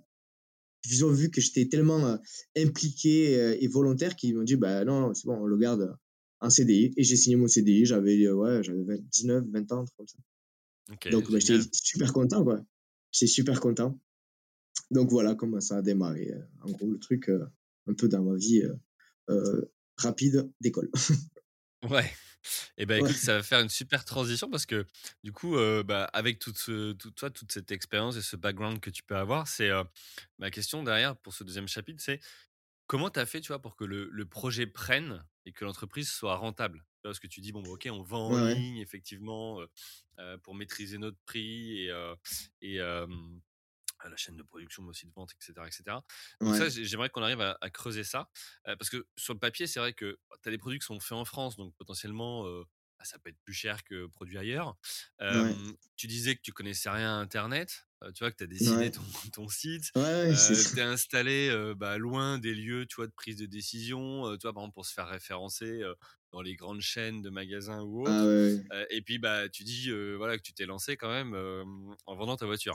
ils ont vu que j'étais tellement euh, impliqué euh, et volontaire qu'ils m'ont dit, bah non, non, c'est bon, on le garde en C D I. Et j'ai signé mon C D I, j'avais euh, ouais, j'avais dix-neuf, vingt ans, un truc comme ça. OK, Donc bah, j'étais génial. super content, quoi. J'étais super content. Donc voilà comment ça a démarré. euh, En gros, le truc euh, un peu dans ma vie euh, euh, rapide d'école. Ouais. Et ben Ouais, écoute, ça va faire une super transition parce que du coup, heu, bah, avec toute ce tout toi, toute cette expérience et ce background que tu peux avoir, c'est, heu, ma question derrière pour ce deuxième chapitre, c'est comment tu as fait, tu vois, pour que le le projet prenne et que l'entreprise soit rentable? Tu vois? Parce que tu dis: «Bon, bah, OK, on vend en ouais, ouais, ligne effectivement, heu heu, pour maîtriser notre prix et heu et hem, à la chaîne de production, mais aussi de vente et cetera et cetera». Donc ça, ouais, j'ai j'aimerais qu'on arrive à à creuser ça, heu, parce que sur le papier, c'est vrai que tu as des produits qui sont faits en France, donc potentiellement, heu, bah, ça peut être plus cher que produit ailleurs. ouais, Hem, tu disais que tu connaissais rien à internet, heu, tu vois? Que tu as dessiné ouais, ton ton site, ouais, ouais, c'est heu, ça. tu es installé, heu, bah, loin des lieux, tu vois, de prise de décision, heu, tu vois? Par exemple, pour se faire référencer, heu, dans les grandes chaînes de magasins ou Ah autres, ouais, ouais, heu et puis, bah, tu dis, heu, voilà, que tu t'es lancé quand même, hem, en vendant ta voiture.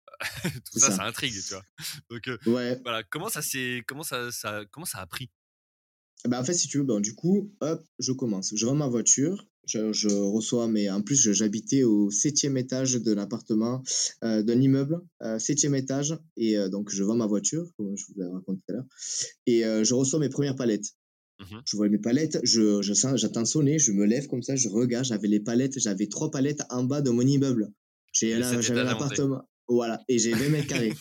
Tout c'est ça, ça. ça intrigue, tu vois? Donc, heu, Ouais. voilà, comment ça s'est comment ça ça comment ça a pris? Bah, en fait, si tu veux, ben, du coup, hop, je commence. Je vends ma voiture, je, je reçois, mais en plus, je- j'habitais au septième étage de l'appartement, euh, d'un immeuble, euh, septième étage, et euh, donc je vends ma voiture, comme je vous ai raconté tout à l'heure, et euh, je reçois mes premières palettes. Mmh. Je vois mes palettes, je, je sens, j'attends sonner, je me lève comme ça, je regarde, j'avais les palettes, j'avais trois palettes en bas de mon immeuble. J'ai Et là, sept j'avais un étages à monter. appartement, voilà, et j'ai vingt mètres carrés.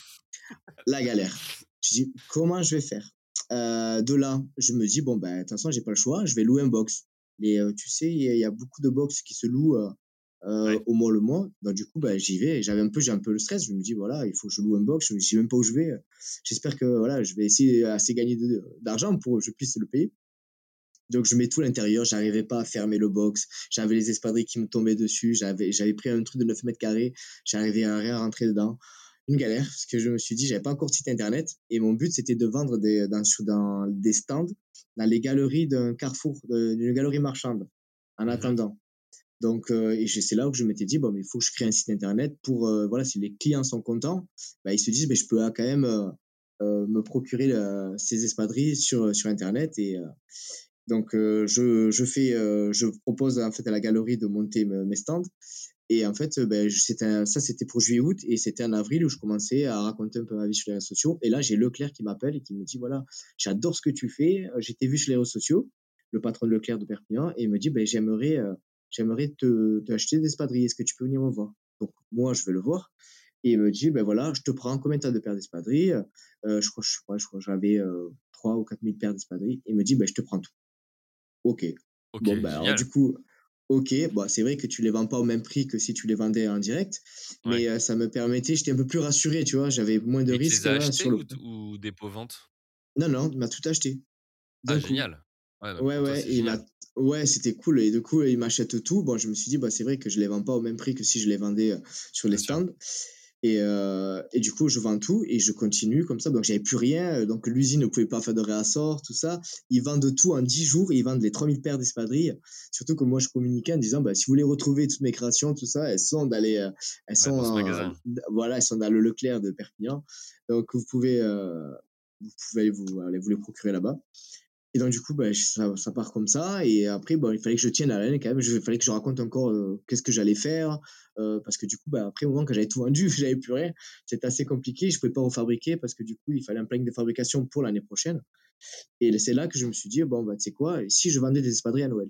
La galère. Je dis, comment je vais faire? Euh, de là, je me dis, bon, ben, de toute façon, j'ai pas le choix, je vais louer un box. Et euh, tu sais, il y, a il y a beaucoup de box qui se louent euh, euh, Ouais. au mois le mois. Donc, du coup, ben, j'y vais. Et J'avais un peu, j'ai un peu le stress. Je me dis, voilà, il faut que je loue un box. Je ne sais même pas où je vais. J'espère que voilà, je vais essayer assez gagner de- d'argent pour que je puisse le payer. Donc, je mets tout à l'intérieur. J'arrivais pas à fermer le box. J'avais les espadrilles qui me tombaient dessus. J'avais, j'avais pris un truc de neuf mètres carrés. J'arrivais à rien rentrer dedans. Une galère, parce que je me suis dit, j'avais pas encore de site internet. Et mon but, c'était de vendre des, dans, sur- dans des stands, dans les galeries d'un carrefour, de- d'une galerie marchande, en Mmh. attendant. Donc, euh, et c'est là où je m'étais dit, bon, mais il faut que je crée un site internet pour, euh, voilà, si les clients sont contents, bah, ils se disent, bah, je peux euh, quand même euh, euh, me procurer euh, ces espadrilles sur, sur internet. Et euh, donc, euh, je, je fais, euh, je propose en fait à la galerie de monter me- mes stands. Et en fait, euh, ben, je- c'était un- ça, c'était pour juillet-août. Et c'était en avril où je commençais à raconter un peu ma vie sur les réseaux sociaux. Et là, j'ai Leclerc qui m'appelle et qui me dit, voilà, j'adore ce que tu fais. Euh, J'ai été vu sur les réseaux sociaux, le patron de Leclerc de Perpignan. Et il me dit, ben, j'aimerais, euh, j'aimerais te, te acheter des espadrilles. Est-ce que tu peux venir me voir? Donc, moi, je vais le voir. Et il me dit, ben voilà, je te prends combien t'as de paires d'espadrilles? Euh, je crois, je crois, je crois que j'avais euh, trois ou quatre mille paires d'espadrilles. Il me dit, ben, je te prends tout. OK. Ok, Bon, bah, alors du génial. coup, OK, bah, c'est vrai que tu les vends pas au même prix que si tu les vendais en direct, Ouais. mais heu, ça me permettait j'étais un peu plus rassuré, tu vois? J'avais moins de Et il te les risques a là achetés sur le ou, t- ou dépôt-vente? non, non, il m'a tout acheté, Ah, d'un coup. génial. Ouais, donc Ouais, pour toi, ouais, c'est et il m'a génial. ouais, c'était cool et du coup, il m'achète tout. Bon, je me suis dit: «Bah, c'est vrai que je les vends pas au même prix que si je les vendais, heu, sur les Bien sûr. stands» et heu et du coup, je vends tout et je continue comme ça. Donc j'avais plus rien, heu, donc l'usine ne pouvait pas faire de réassort, tout ça. Ils vendent tout en dix jours, ils vendent les trois mille paires d'espadrilles. Surtout que moi, je communiquais en disant: «Bah, si vous voulez retrouver toutes mes créations, tout ça, elles sont dans les, heu, elles Ouais, sont dans ce en magasin. voilà, elles sont dans le Leclerc de Perpignan. Donc vous pouvez, heu, vous pouvez aller vous aller vous les procurer là-bas». Et donc, du coup, bah, ça, ça part comme ça. Et après, bon, il fallait que je tienne à la laine quand même. Il fallait que je raconte encore euh, qu'est-ce que j'allais faire. Euh, parce que du coup, bah, après, au moment que j'avais tout vendu, j'avais plus rien. C'était assez compliqué. Je pouvais pas refabriquer parce que du coup, il fallait un planning de fabrication pour l'année prochaine. Et c'est là que je me suis dit, bon, bah, tu sais quoi, si je vendais des espadrilles à Noël?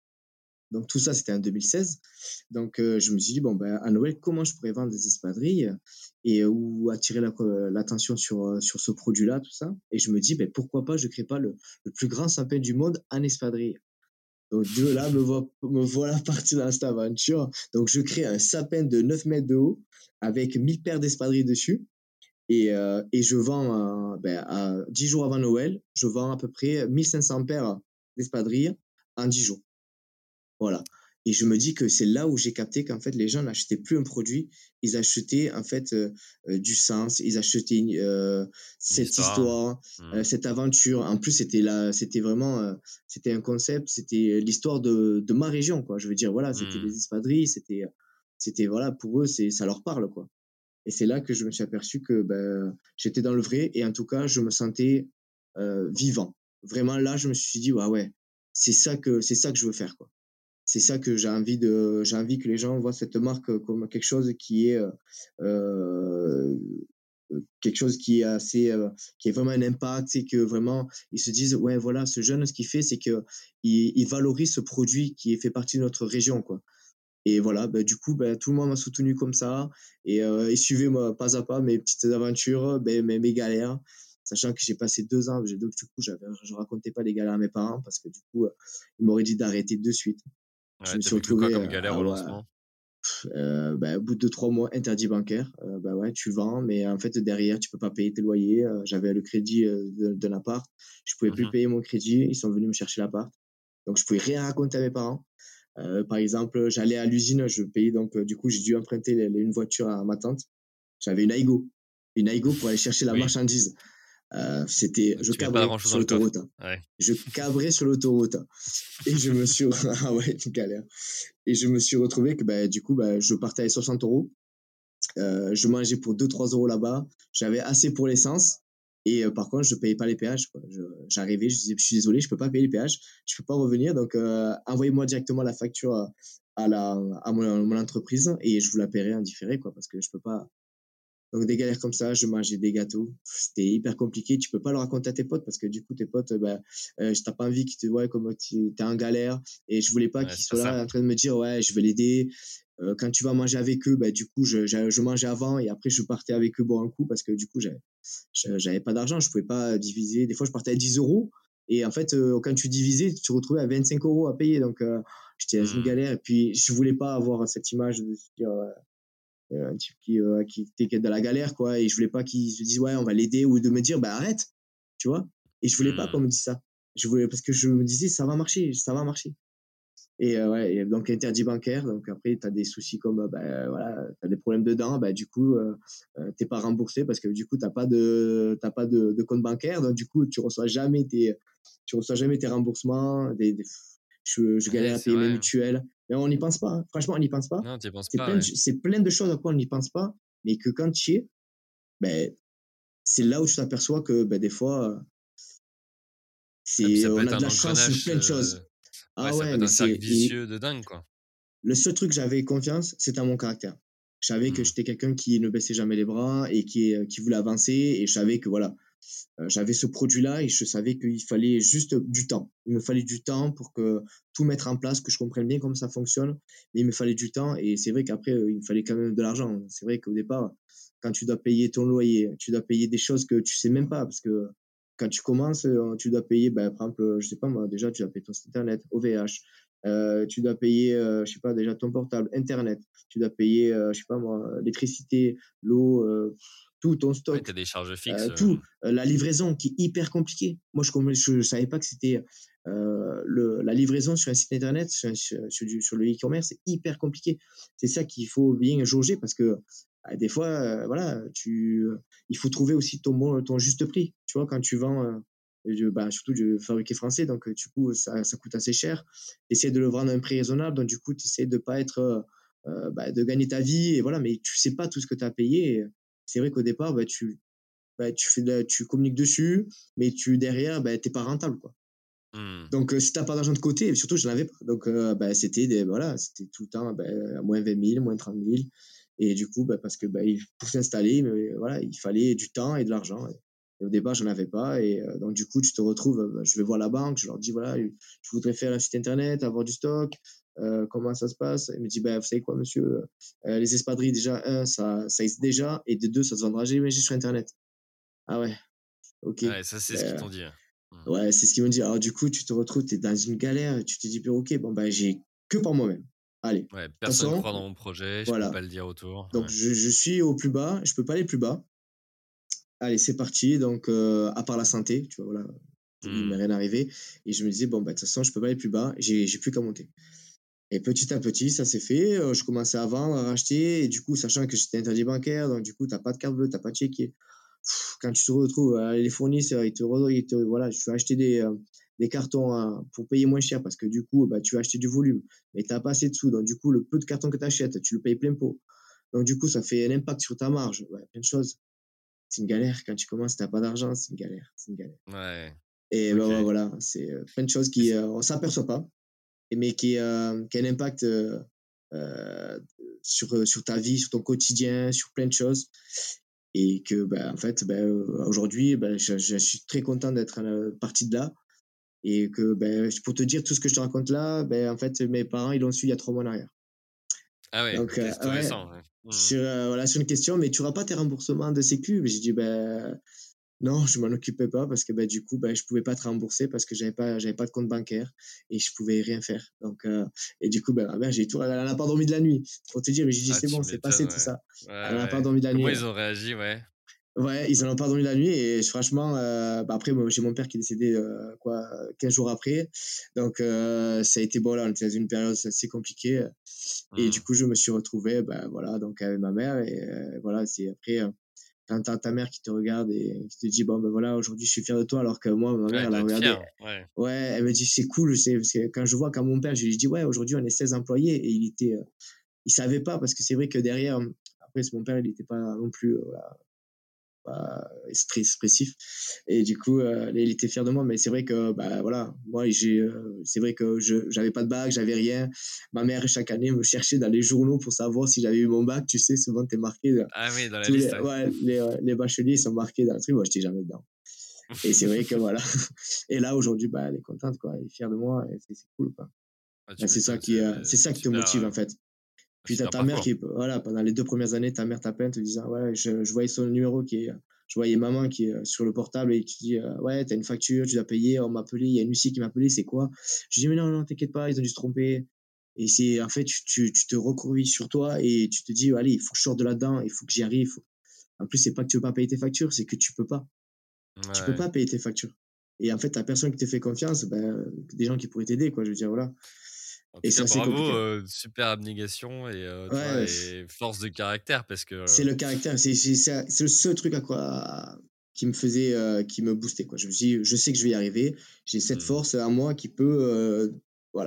Donc tout ça, c'était en deux mille seize. Donc euh, je me suis dit, bon, ben, à Noël, comment je pourrais vendre des espadrilles et euh, ou attirer la- euh, l'attention sur, euh, sur ce produit-là, tout ça. Et je me dis, ben, pourquoi pas, je crée pas le, le plus grand sapin du monde en espadrille. Donc de là, me, voit, me voilà parti dans cette aventure. Donc je crée un sapin de neuf mètres de haut avec mille paires d'espadrilles dessus. Et, euh, et je vends, euh, ben, à dix jours avant Noël, je vends à peu près mille cinq cents paires d'espadrilles en dix jours. Voilà. Et je me dis que c'est là où j'ai capté qu'en fait, les gens n'achetaient plus un produit, ils achetaient en fait euh, euh, du sens, ils achetaient euh, Une cette histoire. histoire, euh, Hmm. cette aventure. En plus, c'était là, c'était vraiment, euh, c'était un concept, c'était l'histoire de, de ma région, quoi. Je veux dire, voilà, c'était Hmm. des espadrilles, c'était, c'était voilà, pour eux, c'est, ça leur parle, quoi. Et c'est là que je me suis aperçu que ben, j'étais dans le vrai et en tout cas, je me sentais euh, vivant. Vraiment, là, je me suis dit, ouais, ouais, c'est ça que, c'est ça que je veux faire, quoi. C'est ça que j'ai envie de j'ai envie que les gens voient cette marque comme quelque chose qui est, heu heu, quelque chose qui est assez, heu, qui est vraiment un impact. C'est que vraiment ils se disent: «Ouais, voilà, ce jeune, ce qu'il fait, c'est qu'il il valorise ce produit qui fait partie de notre région, quoi». Et voilà, bah, du coup, bah, tout le monde m'a soutenu comme ça et heu et suivait moi pas à pas mes petites aventures, beh, mes mes galères. Sachant que j'ai passé deux ans, j'ai donc du coup, j'avais je racontais pas les galères à mes parents parce que du coup, heu, ils m'auraient dit d'arrêter de suite. Je Ouais, me t'as suis vécu quoi retrouvé, comme heu, galère ah au ouais, lancement? heu, bah, au bout de trois mois, interdit bancaire. Heu, bah, ouais, tu vends, mais en fait, derrière, tu peux pas payer tes loyers. Heu, j'avais le crédit, heu, de d'un appart. Je pouvais plus Mhm. payer mon crédit. Ils sont venus me chercher l'appart. Donc je pouvais rien raconter à mes parents. Heu, par exemple, j'allais à l'usine, je payais donc heu, du coup, j'ai dû emprunter les les une voiture à ma tante. J'avais une Aygo, une Aygo pour aller chercher la Oui. marchandise. Heu, c'était Donc je tu mets pas cabrais grand-chose sur dans le coffre. l'autoroute, hein. Ouais. Je cabrais sur l'autoroute, hein. Et je me suis ah ouais, une galère. Et je me suis retrouvé que, bah, du coup, bah, je partais avec soixante euros. Euh, je mangeais pour deux trois euros là-bas. J'avais assez pour l'essence. Et euh, par contre, je payais pas les péages, quoi. Je, j'arrivais, je disais, je suis désolé, je peux pas payer les péages, je peux pas revenir. Donc, euh, envoyez-moi directement la facture à, à la, à mon, mon entreprise et je vous la paierai en différé, quoi, parce que je peux pas. Donc, des galères comme ça, je mangeais des gâteaux. C'était hyper compliqué. Tu peux pas le raconter à tes potes parce que du coup, tes potes, bah, euh, t'as pas envie qu'ils te voient comme tu es en galère. Et je voulais pas Ouais, qu'ils c'est pas soient là en simple. train de me dire, ouais, je vais l'aider. Euh, quand tu vas manger avec eux, bah, du coup, je, je, je mangeais avant et après, je partais avec eux boire un coup parce que du coup, j'avais, j'avais pas d'argent. Je pouvais pas diviser. Des fois, je partais à dix euros. Et en fait, euh, quand tu divisais, tu te retrouvais à vingt-cinq euros à payer. Donc, euh, j'étais dans une Hmm. galère. Et puis, je voulais pas avoir cette image de se dire, euh, un type qui, euh, qui était dans la galère, quoi. Et je voulais pas qu'ils se disent, ouais, on va l'aider ou de me dire, bah, arrête, tu vois. Et je voulais pas qu'on Hmm. me dise ça. Je voulais, parce que je me disais, ça va marcher, ça va marcher. Et euh, ouais, et donc interdit bancaire. Donc après, tu as des soucis comme, euh, bah, voilà, tu as des problèmes de dents. Bah, du coup, euh, euh, t'es pas remboursé parce que du coup, tu pas de, t'as pas de, de compte bancaire. Donc du coup, tu reçois jamais tes, tu reçois jamais tes remboursements. Des, des- je, je Ouais, galère à c'est payer mes vrai. mutuelles. Et on n'y pense pas, hein. Franchement, on n'y pense pas. Non, tu y penses C'est pas, plein de, ouais. c'est plein de choses à quoi on n'y pense pas, mais que quand tu y es, ben, c'est là où tu t'aperçois que ben, des fois, euh, Ah, puis c'est, ça peut on être a de un la chance sur engrenage, plein de heu, choses. ouais, Ah ça peut ouais, être mais un cercle c'est. Et vicieux de dingue, quoi. le seul truc que j'avais confiance, c'était à mon caractère. Je savais que Mmh. j'étais quelqu'un qui ne baissait jamais les bras et qui, euh, qui voulait avancer. Et je savais que voilà, euh, j'avais ce produit-là et je savais qu'il fallait juste du temps. Il me fallait du temps pour que tout mettre en place, que je comprenne bien comment ça fonctionne. Mais il me fallait du temps et c'est vrai qu'après, euh, il me fallait quand même de l'argent. C'est vrai qu'au départ, quand tu dois payer ton loyer, tu dois payer des choses que tu sais même pas parce que quand tu commences, euh, tu dois payer, ben, par exemple, je sais pas moi, déjà, tu dois payer ton site internet, O V H, euh, tu dois payer, euh, je sais pas, déjà ton portable, internet, tu dois payer, euh, je sais pas moi, l'électricité, l'eau, euh, tout ton Ouais, tu stock, as des charges fixes, euh, heu, tout, euh, la livraison qui est hyper compliquée. Moi, je ne je, je savais pas que c'était euh, le, la livraison sur un site internet, sur, sur, sur, du, sur le e-commerce, c'est hyper compliqué. C'est ça qu'il faut bien jauger parce que bah, des fois, euh, voilà, tu, il faut trouver aussi ton, bon, ton juste prix. Tu vois, quand tu vends, euh, bah, surtout du fabriqué français, donc du coup, ça, ça coûte assez cher. Essayer de le vendre à un prix raisonnable, donc du coup, tu essaies de pas être, euh, bah, de gagner ta vie, et voilà, mais tu sais pas tout ce que tu as payé. Et c'est vrai qu'au départ, bah, tu, bah, tu, fais de la- tu communiques dessus, mais tu derrière, bah, t'es pas rentable, quoi. mmh. Donc, euh, si t'as pas d'argent de côté, et surtout, je n'en avais pas. Donc, euh, bah, c'était des, voilà, c'était tout le temps, bah, moins vingt mille, moins trente mille. Et du coup, bah, parce que, bah, il- pour s'installer, mais voilà, il fallait du temps et de l'argent. Et, et au départ, j'en avais pas. Et euh, donc, du coup, tu te retrouves, euh, bah, je vais voir la banque, je leur dis, voilà, je voudrais faire un site internet, avoir du stock. Euh, comment ça se passe? Il me dit, bah, vous savez quoi, monsieur, euh, les espadrilles, déjà, un, ça, ça existe déjà, et de deux, ça se vendra jamais sur internet. Ah ouais, ok. Ouais, ça, c'est ce qu'ils Ben, t'ont dit, hein. Mmh. ouais, c'est ce qu'ils m'ont dit. Alors, du coup, tu te retrouves, tu es dans une galère, et tu te dis, ben, ok, bon, ben, j'ai que par moi-même. Allez, de toute Ouais, personne façon, croit dans mon projet, je peux voilà. pas le dire autour, Donc, ouais. je, je suis au plus bas, je peux pas aller plus bas. Allez, c'est parti. Donc, euh, à part la santé, tu vois, voilà, il m'est Mmh. rien arrivé. Et je me disais, bon, ben, de toute façon, je peux pas aller plus bas, j'ai, j'ai plus qu'à monter. Et petit à petit, ça s'est fait. euh, Je commençais à vendre, à racheter. Et du coup, sachant que j'étais interdit bancaire, donc du coup, t'as pas de carte bleue, t'as pas de chéquier. Quand tu te retrouves, euh, les fournisseurs, ils te, re- ils te voilà, tu vas acheter des, euh, des cartons hein, pour payer moins cher parce que du coup, bah, tu vas acheter du volume, mais tu n'as pas assez de sous. Donc, du coup, le peu de cartons que tu achètes, tu le payes plein pot. Donc, du coup, ça fait un impact sur ta marge. Ouais, plein de choses. C'est une galère. Quand tu commences, tu n'as pas d'argent, c'est une galère. C'est une galère. Ouais, Et bah, OK. ouais, voilà, c'est euh, plein de choses qui, euh, on s'aperçoit pas, mais qui, euh, qui a un impact euh, euh, sur, euh, sur ta vie, sur ton quotidien, sur plein de choses. Et que, bah, en fait, bah, euh, aujourd'hui, bah, je, je suis très content d'être euh, parti de là. Et que, bah, pour te dire tout ce que je te raconte là, bah, en fait, mes parents, ils l'ont su il y a trois mois en arrière. Ah ouais, Donc, OK, euh, c'est tout ouais, récent, ouais. Mmh. sur, euh, voilà, sur une question, mais tu n'auras pas tes remboursements de sécu. Mais j'ai dit, ben, non, je m'en occupais pas parce que bah, du coup, bah, je pouvais pas te rembourser parce que j'avais pas, j'avais pas de compte bancaire et je pouvais rien faire. Donc, euh, et du coup, bah, ma mère, j'ai tout, elle n'a pas dormi de la nuit. Pour te dire, mais j'ai dit, Ah, c'est tu bon, c'est m'étonnes, passé tout ouais. ça. Ouais, Elle n'a pas ouais. dormi de la Comment nuit. ils ont réagi, ouais? Ouais, ils en ont pas dormi la nuit et franchement, euh, bah après, moi, j'ai mon père qui est décédé euh, quoi, quinze jours après. Donc, euh, ça a été bon, là, on était dans une période assez compliquée. Et du Mmh. coup, je me suis retrouvé, bah, voilà, donc avec ma mère. Et euh, voilà, c'est après, euh, quand t'as ta mère qui te regarde et qui te dit, bon, ben voilà, aujourd'hui, je suis fier de toi, alors que moi, ma Ouais, mère, tu elle a dois être regardé. fier, ouais. Ouais, elle me dit, c'est cool, c'est, parce que quand je vois quand mon père, je lui dis, ouais, aujourd'hui, on est seize employés et il était, euh, il savait pas parce que c'est vrai que derrière, après, c'est mon père, il était pas non plus, euh, voilà, pas expressif. Et du coup, euh, il était fier de moi. Mais c'est vrai que, bah, voilà, moi, j'ai, euh, c'est vrai que je j'avais pas de bac, j'avais rien. Ma mère, chaque année, me cherchait dans les journaux pour savoir si j'avais eu mon bac. Tu sais, souvent, t'es marqué. euh, Ah oui, dans la tous les, liste, ouais. ouais, les, euh, les bacheliers sont marqués dans le truc. Moi, j'étais jamais dedans. Et c'est vrai que voilà. Et là, aujourd'hui, bah, elle est contente, quoi. Elle est fière de moi. Et c'est, c'est cool, quoi. Ah, tu Bah, c'est ça m'étonnes, qui, c'est euh, bah, c'est ça qui te super, motive, heu, en fait. Puis t'as super ta mère parcours. qui, voilà, pendant les deux premières années, ta mère t'appelle en te disant, ouais, je, je voyais son numéro qui est, je voyais maman qui est sur le portable et tu dis, euh, ouais, t'as une facture, tu dois payer, on m'a appelé, il y a une huissier qui m'a appelé, c'est quoi? Je dis, mais non, non, t'inquiète pas, ils ont dû se tromper. Et c'est, en fait, tu, tu, tu te recroquevilles sur toi et tu te dis, allez, il faut que je sorte de là-dedans, il faut que j'y arrive. Faut... En plus, c'est pas que tu veux pas payer tes factures, c'est que tu peux pas. Tu peux Ouais. pas payer tes factures. Et en fait, t'as personne qui te fait confiance, ben, des gens qui pourraient t'aider, quoi, je veux dire, voilà. En Et tout c'est cas, assez bravo, compliqué. heu, super abnégation et heu, tu vois Ouais, et force de caractère parce que, c'est heu, le caractère, c'est c'est c'est c'est le seul truc à quoi qui me faisait, heu, qui me boostait quoi. Je me suis dit: «Je sais que je vais y arriver, j'ai cette mmh, force en moi qui peut, heu, voilà,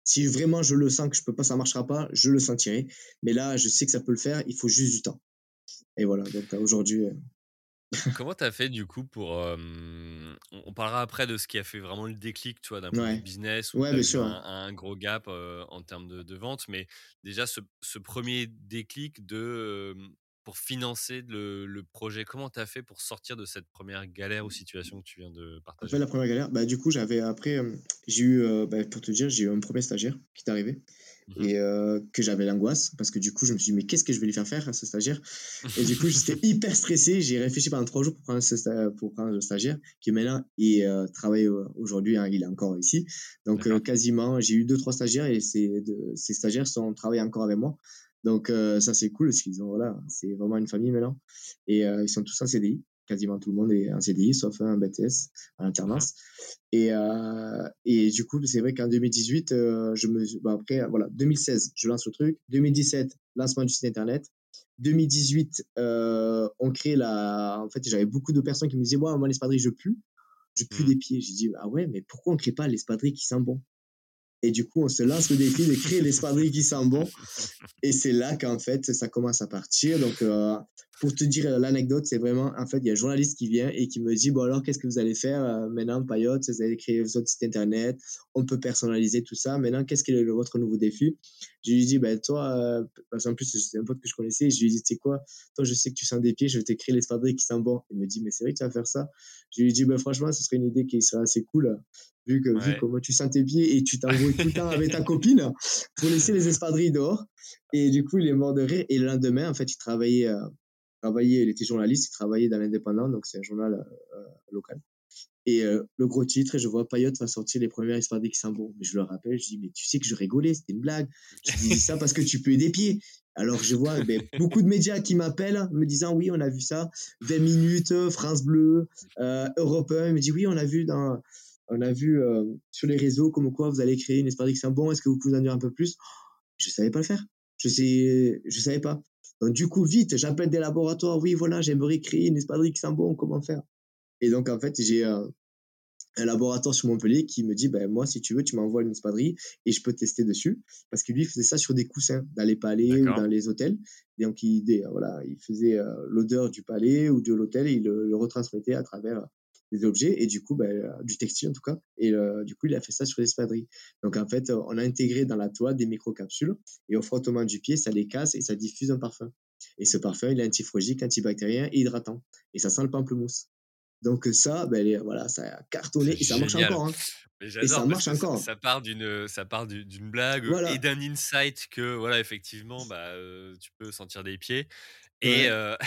Si vraiment je le sens que je peux pas, ça marchera pas, je le sentirai. Mais là, je sais que ça peut le faire, il faut juste du temps. Et voilà, donc euh, aujourd'hui, euh, Comment tu as fait du coup pour, hem, on on parlera après de ce qui a fait vraiment le déclic, tu vois, d'un point de vue ouais, business où ouais, tu as bien eu sûr, un ouais. un gros gap, heu, en termes de de vente, mais déjà ce ce premier déclic de, hem, pour financer le le projet, comment tu as fait pour sortir de cette première galère ou situation que tu viens de En fait, partager? la première galère, bah, du coup, j'avais après, hem, j'ai eu, heu, bah, pour te dire, j'ai eu un premier stagiaire qui est arrivé Mmh. et heu, que j'avais l'angoisse parce que du coup, je me suis dit: «Mais qu'est-ce que je vais lui faire faire à ce stagiaire?» Et du coup, j'étais hyper stressé. J'ai réfléchi pendant trois jours pour prendre ce sta pour prendre le stagiaire qui maintenant et heu, travaille, heu, aujourd'hui, hein, il est encore ici. Donc heu, D'accord. quasiment, j'ai eu deux trois stagiaires et ces deux ces stagiaires sont travaillent encore avec moi. Donc heu, ça, c'est cool parce qu'ils ont voilà, c'est vraiment une famille maintenant et heu, ils sont tous en C D I. Quasiment tout le monde est en C D I sauf un B T S en Mmh. alternance et heu et du coup, c'est vrai qu'en deux mille dix-huit, heu, je me bah, après voilà, deux mille seize, je lance le truc. deux mille dix-sept, lancement du site internet. deux mille dix-huit, euh, on crée la. En fait, j'avais beaucoup de personnes qui me disaient: «Moi, moi l'espadrille, je pue, je pue Mmh. des pieds.» J'ai dit: «Ah ouais, mais pourquoi on crée pas l'espadrille qui sent bon?» Et du coup, on se lance le défi de créer l'espadrille qui sent bon. Et c'est là qu'en fait, ça commence à partir. Donc, euh, pour te dire l'anecdote, c'est vraiment, en fait, il y a un journaliste qui vient et qui me dit: «Bon, alors, qu'est-ce que vous allez faire euh, maintenant, Payotte? Vous allez créer votre site internet, on peut personnaliser tout ça. Maintenant, qu'est-ce que est le- votre nouveau défi?» Je lui dis: «Ben, toi, euh, parce qu'en plus, c'est un pote que je connaissais, je lui dis: Tu sais quoi, toi, je sais que tu sens des pieds, je vais te créer l'espadrille qui sent bon.» Il me dit: «Mais c'est vrai que tu vas faire ça?» Je lui dis: «Ben, franchement, ce serait une idée qui serait assez cool, vu que, vu Ouais. comment tu sens tes pieds et tu t'embrouilles tout le temps avec ta copine pour laisser les espadrilles dehors.» Et du coup, il est mort de rire. Et le lendemain, en fait, il travaillait, euh, travaillait il était journaliste, il travaillait dans l'Indépendant, donc c'est un journal euh, local. Et euh, le gros titre, et je vois Payot va sortir les premières espadrilles qui sont bons. Mais je le rappelle, je dis: «Mais tu sais que je rigolais, c'était une blague. Tu dis ça parce que tu peux des pieds.» Alors je vois ben, beaucoup de médias qui m'appellent me disant: «Oui, on a vu ça. vingt minutes, France Bleu, euh, Europe un.» Il me dit: «Oui, on a vu dans. On a vu euh, sur les réseaux comme quoi vous allez créer une espadrille qui sent bon. Est-ce que vous pouvez en dire un peu plus?» Je savais pas le faire. Je sais, je savais pas. Donc, du coup, vite, j'appelle des laboratoires. Oui, voilà, j'aimerais créer une espadrille qui sent bon. Comment faire? Et donc, en fait, j'ai un, un laboratoire sur Montpellier qui me dit: ben, moi, si tu veux, tu m'envoies une espadrille et je peux tester dessus. Parce que lui, il faisait ça sur des coussins dans les palais ou D'accord. dans les hôtels. Et donc, il, voilà, il faisait euh, l'odeur du palais ou de l'hôtel et il le, le retransmettait à travers des objets et du coup, ben, du textile en tout cas. Et euh, du coup, il a fait ça sur l'espadrille. Donc, en fait, on a intégré dans la toile des microcapsules et au frottement du pied, ça les casse et ça diffuse un parfum. Et ce parfum, il est antifrogique, antibactérien et hydratant. Et ça sent le pamplemousse. Donc ça, ben, voilà, ça a cartonné C'est et ça marche génial. encore. Hein. Mais Et ça j'adore parce marche que ça encore. ça part d'une, ça part d'u d'une blague et Voilà. d'un insight que voilà, effectivement, bah, heu, tu peux sentir des pieds et Ouais. heu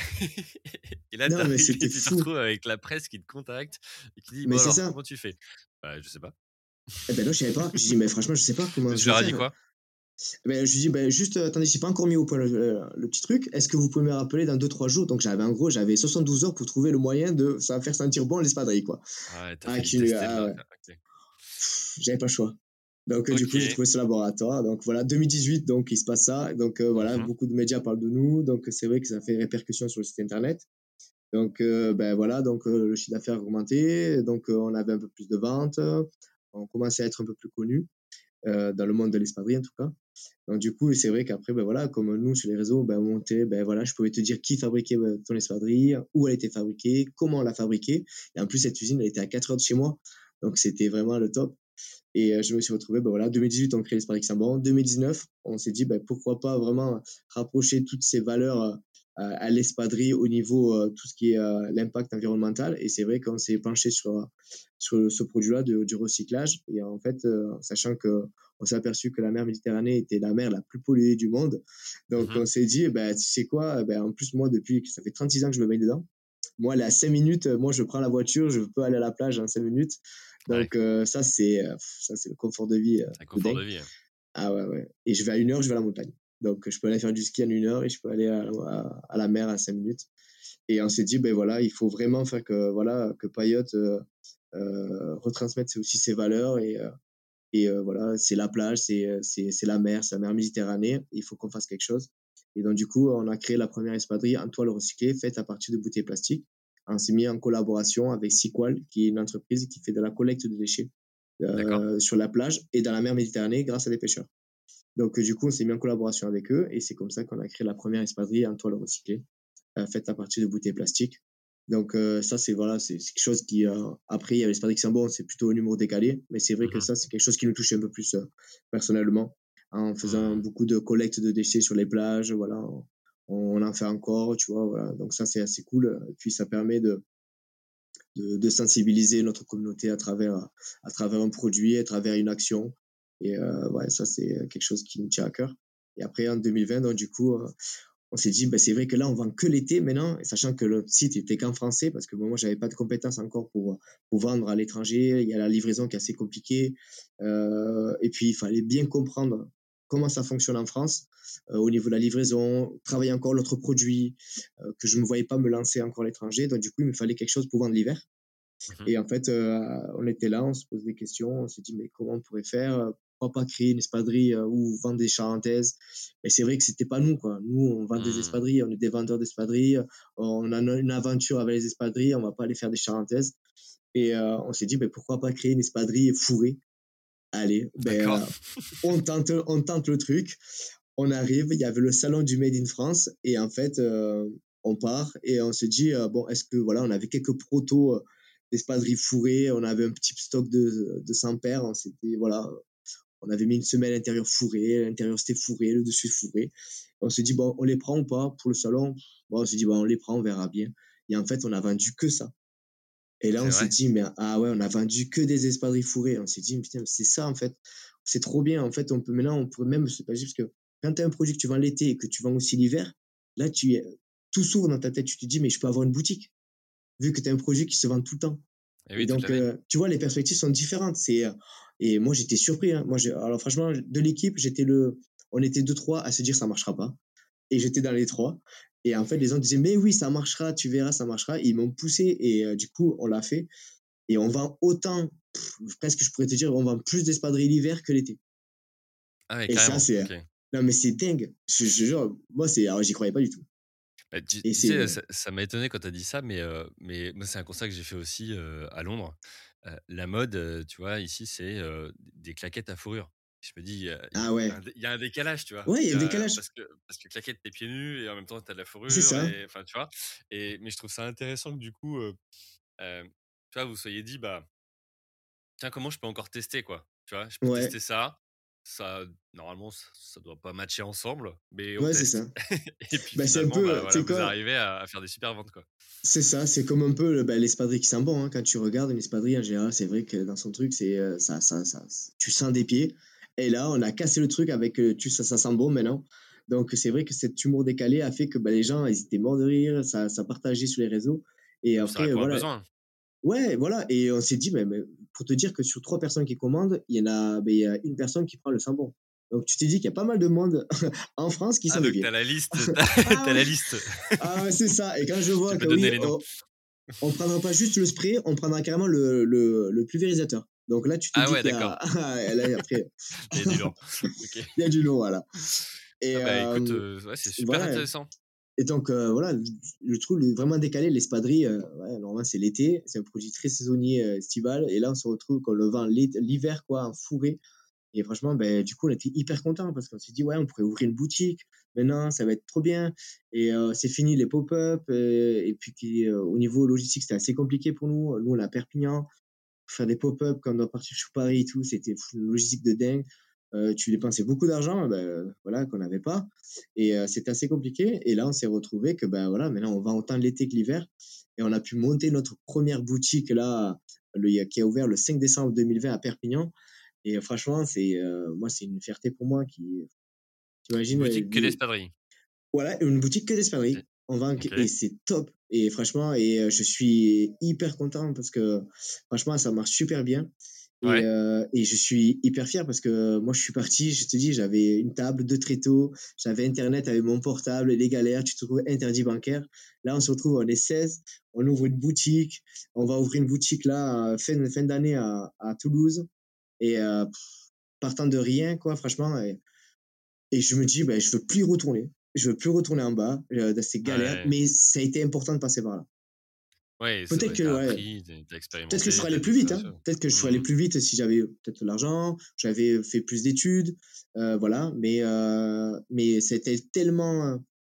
et là, tu Non, mais arrives et c'était tu te fou. retrouves avec la presse qui te contacte et qui dit: «Bon Mais c'est alors, ça. comment tu fais?» «Bah, je sais pas». Eh ben non, je savais pas. J'ai dit: «Mais franchement, je sais pas Mais comment tu je vais leur as dit faire.» quoi? Ben, je lui dis: «Ben, juste, euh, attendez, j'ai pas encore mis au point le, le- le petit truc. Est-ce que vous pouvez me rappeler dans deux trois jours?» Donc, j'avais, en gros, j'avais soixante-douze heures pour trouver le moyen de ça va faire sentir bon l'espadrille, quoi. Ah ouais, tu as Ah, failli qui, tester le ah ouais. vin, OK. J'avais pas le choix. Donc, euh, du coup, j'ai OK. trouvé ce laboratoire. Donc, voilà, deux mille dix-huit, donc, il se passe ça. Donc, euh, voilà, Mmh. beaucoup de médias parlent de nous. Donc, c'est vrai que ça fait répercussion sur le site internet. Donc, euh, ben voilà, donc euh, le chiffre d'affaires a augmenté. Donc, euh, on avait un peu plus de ventes. On commençait à être un peu plus connus euh, dans le monde de l'espadrille, en tout cas. Donc, du coup, c'est vrai qu'après, ben voilà, comme nous, sur les réseaux, ben, on montait, ben voilà, je pouvais te dire qui fabriquait ben, ton espadrille, où elle était fabriquée, comment on l'a fabriquée. Et en plus, cette usine, elle était à quatre heures de chez moi. Donc, c'était vraiment le top. Et euh, je me suis retrouvé, ben voilà, deux mille dix-huit, on crée l'espadrille Saint-Bon. deux mille dix-neuf, on s'est dit, ben, pourquoi pas vraiment rapprocher toutes ces valeurs euh, à l'espadrille au niveau euh, tout ce qui est euh, l'impact environnemental. Et c'est vrai qu'on s'est penché sur, sur ce produit-là de, du recyclage. Et en fait, euh, sachant que on s'est aperçu que la mer Méditerranée était la mer la plus polluée du monde. Donc, Mmh. on s'est dit, ben, tu sais quoi, ben, en plus, moi, depuis, ça fait trente-six ans que je me baigne dedans. Moi, elle est à cinq minutes. Moi, je prends la voiture, je peux aller à la plage en cinq minutes. Ouais, Donc, euh, ça, c'est, euh, ça, c'est le confort de vie euh, c'est un de confort de dingue. vie, hein. Ah ouais, ouais. Et je vais à une heure, je vais à la montagne. Donc, je peux aller faire du ski en une heure et je peux aller à, à, à la mer à cinq minutes. Et on s'est dit, ben voilà, il faut vraiment faire que, voilà, que Payotte euh, euh, retransmette aussi ses valeurs. Et, euh, et euh, voilà, c'est la plage, c'est, c'est, c'est la mer, c'est la mer Méditerranée. Il faut qu'on fasse quelque chose. Et donc, du coup, on a créé la première espadrille en toile recyclée, faite à partir de bouteilles plastiques. On s'est mis en collaboration avec Sequal, qui est une entreprise qui fait de la collecte de déchets. euh, sur la plage et dans la mer Méditerranée grâce à des pêcheurs. Donc, euh, du coup, on s'est mis en collaboration avec eux et c'est comme ça qu'on a créé la première espadrille en toile recyclée, euh, faite à partir de bouteilles plastiques. Donc, euh, ça, c'est voilà, c'est quelque chose qui. Euh, après, il y a l'espadrille qui sont bons, c'est plutôt un humour décalé, mais c'est vrai que Mmh. ça, c'est quelque chose qui nous touche un peu plus euh, personnellement, en faisant Mmh. beaucoup de collecte de déchets sur les plages, voilà. On, on en fait encore, tu vois, voilà. Donc, ça, c'est assez cool. Et puis, ça permet de, de, de sensibiliser notre communauté à travers, à travers un produit, à travers une action. Et euh, ouais, ça, c'est quelque chose qui nous tient à cœur. Et après, en deux mille vingt, donc, du coup, euh, on s'est dit, ben, c'est vrai que là, on vend que l'été maintenant, et sachant que le site était qu'en français, parce que bon, moi, j'avais pas de compétences encore pour, pour vendre à l'étranger. Il y a la livraison qui est assez compliquée. Euh, et puis, il fallait bien comprendre comment ça fonctionne en France, euh, au niveau de la livraison, travailler encore l'autre produit, euh, que je ne me voyais pas me lancer encore à l'étranger. Donc, du coup, il me fallait quelque chose pour vendre l'hiver. Mmh. Et en fait, euh, on était là, on se pose des questions, on s'est dit, mais comment on pourrait faire? Pourquoi pas créer une espadrille euh, ou vendre des charentaises? Mais c'est vrai que c'était pas nous, quoi. Nous, on vend des Mmh. espadrilles, on est des vendeurs d'espadrilles, on a une aventure avec les espadrilles, on va pas aller faire des charentaises. Et euh, on s'est dit, mais pourquoi pas créer une espadrille fourrée? Allez, ben, D'accord. euh, on tente, on tente le truc. On arrive, il y avait le salon du Made in France, et en fait, euh, on part et on se dit, euh, bon, est-ce que, voilà, on avait quelques protos euh, d'espadrilles fourrées, on avait un petit stock de, de cent paires, on s'était, voilà, on avait mis une semelle à l'intérieur fourrée, l'intérieur c'était fourré, le dessus fourré. On s'est dit, bon, on les prend ou pas pour le salon? Bon, on s'est dit, bon, on les prend, on verra bien. Et en fait, on a vendu que ça. Et là, on C'est s'est vrai? dit, mais ah ouais, on a vendu que des espadrilles fourrées. On s'est dit, putain, mais c'est ça, en fait. C'est trop bien. En fait, on peut maintenant, on pourrait même, c'est pas juste parce que quand tu as un produit que tu vends l'été et que tu vends aussi l'hiver, là, tu es, tout s'ouvre dans ta tête. Tu te dis, mais je peux avoir une boutique, vu que tu as un produit qui se vend tout le temps. Et Et oui, toute donc, l'année. euh, tu vois, les perspectives sont différentes. C'est, euh, et moi, j'étais surpris. Hein. Moi, j'ai, alors franchement, de l'équipe, j'étais le, on était deux, trois à se dire, ça marchera pas. Et j'étais dans les trois. Et en fait, les gens disaient, mais oui, ça marchera, tu verras, ça marchera. Et ils m'ont poussé et euh, du coup, on l'a fait. Et on vend autant, pff, presque je pourrais te dire, on vend plus d'espadrilles l'hiver que l'été. Ah ouais, Et ça, carrément, c'est. OK. Non, mais c'est dingue. Je, je jure, moi, c'est. Alors, j'y croyais pas du tout. Bah, tu Et tu sais, c'est. ça ça m'a étonné quand tu as dit ça, mais heu, mais moi, c'est un constat que j'ai fait aussi, heu, à Londres. Heu, la mode, heu, tu vois, ici, c'est, heu, des claquettes à fourrure. Je me dis, il y a il Ah y a un ouais. dé il y a un décalage, tu vois? Ouais, il y Il a y un a décalage. parce que parce que claquette, tu es pieds nus et en même temps, tu as de la C'est fourrure ça. et enfin, tu vois? Et mais je trouve ça intéressant que du coup, heu, hem, tu vois, vous soyez dit: «Bah, tiens, comment je peux encore tester, quoi?» Tu vois? Je peux Ouais. tester ça, ça normalement, ça ça doit pas matcher ensemble, mais on Ouais, c'est teste ça. et puis Bah, c'est un finalement, bah, peu. Tu voilà, sais vous quoi? arrivez à à faire des super ventes, quoi. C'est ça. C'est comme un peu le- bah, l'espadrille qui sent bon. Hein. Quand tu regardes une espadrille, en général, c'est vrai que dans son truc, c'est euh, ça, ça, ça, tu sens des pieds. Et là, on a cassé le truc avec. euh, Tu, ça, ça sent bon maintenant. Donc, c'est vrai que cet humour décalé a fait que bah, les gens, ils étaient morts de rire. Ça, ça partageait sur les réseaux. Et Puis ça après, euh, répond à un voilà. besoin. Ouais, voilà. Et on s'est dit, mais, mais pour te dire que sur trois personnes qui commandent, il y en a, ben, il y a une personne qui prend le sambon. Donc tu t'es dit qu'il y a pas mal de monde en France qui Ah sent des donc tu pieds. as la liste, tu as tu Ah as ouais, la liste. ah ouais, c'est ça. Et quand je Tu vois peux que oui, donner les noms. on, on prendra pas juste le spray, on prendra carrément le, le, le pulvérisateur. Donc là, tu te Ah dis ouais, qu'il y a, d'accord. là, après, Il y a du lore. OK. il y a du lot, voilà. Et Ah bah écoute, euh, heu, ouais, c'est super voilà. intéressant. Et donc, euh, voilà, le, le truc le- vraiment décalé, l'espadrille, euh, ouais, normalement, c'est l'été, c'est un produit très saisonnier, euh, estival. Et là, on se retrouve qu'on le vend l'hi- l'hiver, quoi, en fourré. Et franchement, ben, du coup, on était hyper contents parce qu'on s'est dit, ouais, on pourrait ouvrir une boutique. Maintenant, ça va être trop bien. Et euh, c'est fini les pop-up. euh, et puis, qui, euh, au niveau logistique, c'était assez compliqué pour nous. Nous, on est à Perpignan. Faire des pop-up quand on doit partir sur Paris et tout, c'était fou, une logistique de dingue. Euh, tu dépensais beaucoup d'argent, ben, voilà, qu'on n'avait pas. Et euh, c'était assez compliqué. Et là, on s'est retrouvé que, ben voilà, maintenant, on vend autant l'été que l'hiver. Et on a pu monter notre première boutique là, le, qui a ouvert le cinq décembre deux mille vingt à Perpignan. Et euh, franchement, c'est euh, moi, c'est une fierté pour moi qui, Une t'imagines, euh, boutique que des- d'espadrilles. voilà, une boutique que d'espadrilles. C'est On vend que- et OK. c'est top. Et franchement, et euh, je suis hyper content parce que franchement, ça marche super bien. Et, Ouais. euh, et je suis hyper fier parce que moi, je suis parti, je te dis, j'avais une table, deux tréteaux, j'avais Internet avec mon portable, les galères, tu te retrouves interdit bancaire. Là, on se retrouve, on est seize, on ouvre une boutique, on va ouvrir une boutique là, fin, fin d'année à, à Toulouse. Et euh, partant de rien, quoi, franchement. Et, et je me dis, ben, je veux plus y retourner. Je veux plus retourner en bas, euh, dans ces galères, Ouais. mais ça a été important de passer par là. Ouais, c'est Peut-être vrai, que, tu as ouais, appris, tu as peut-être que je expérimenté, serais tu as allé dû plus faire vite, des hein. choses. Peut-être que je serais allé Mmh. plus vite si j'avais eu peut-être de l'argent, j'avais fait plus d'études, heu, voilà. Mais, heu, mais c'était tellement,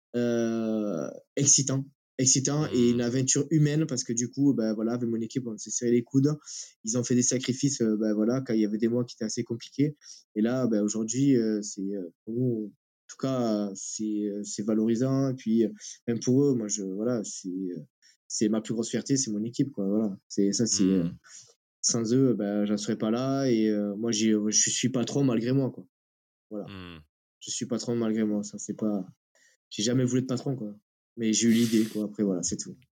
heu, excitant excitant et une Mmh. aventure humaine parce que du coup, bah, voilà, avec mon équipe, on s'est serré les coudes. Ils ont fait des sacrifices, heu, bah, voilà, quand il y avait des mois qui étaient assez compliqués et là, bah, aujourd'hui, heu, c'est, heu, pour nous, en tout cas, c'est, heu, c'est valorisant et puis, heu, même pour eux, moi, je voilà, c'est, heu, c'est ma plus grosse fierté, c'est mon équipe, quoi, voilà. C'est ça, c'est, heu, Mmh. sans eux, bah, j'en serais pas là et heu, moi, j'ai je suis patron malgré moi, quoi. Voilà. Mmh. Je suis patron malgré moi, ça, c'est pas j'ai jamais voulu être patron, quoi. Mais j'ai eu l'idée, quoi. Après, voilà, c'est tout.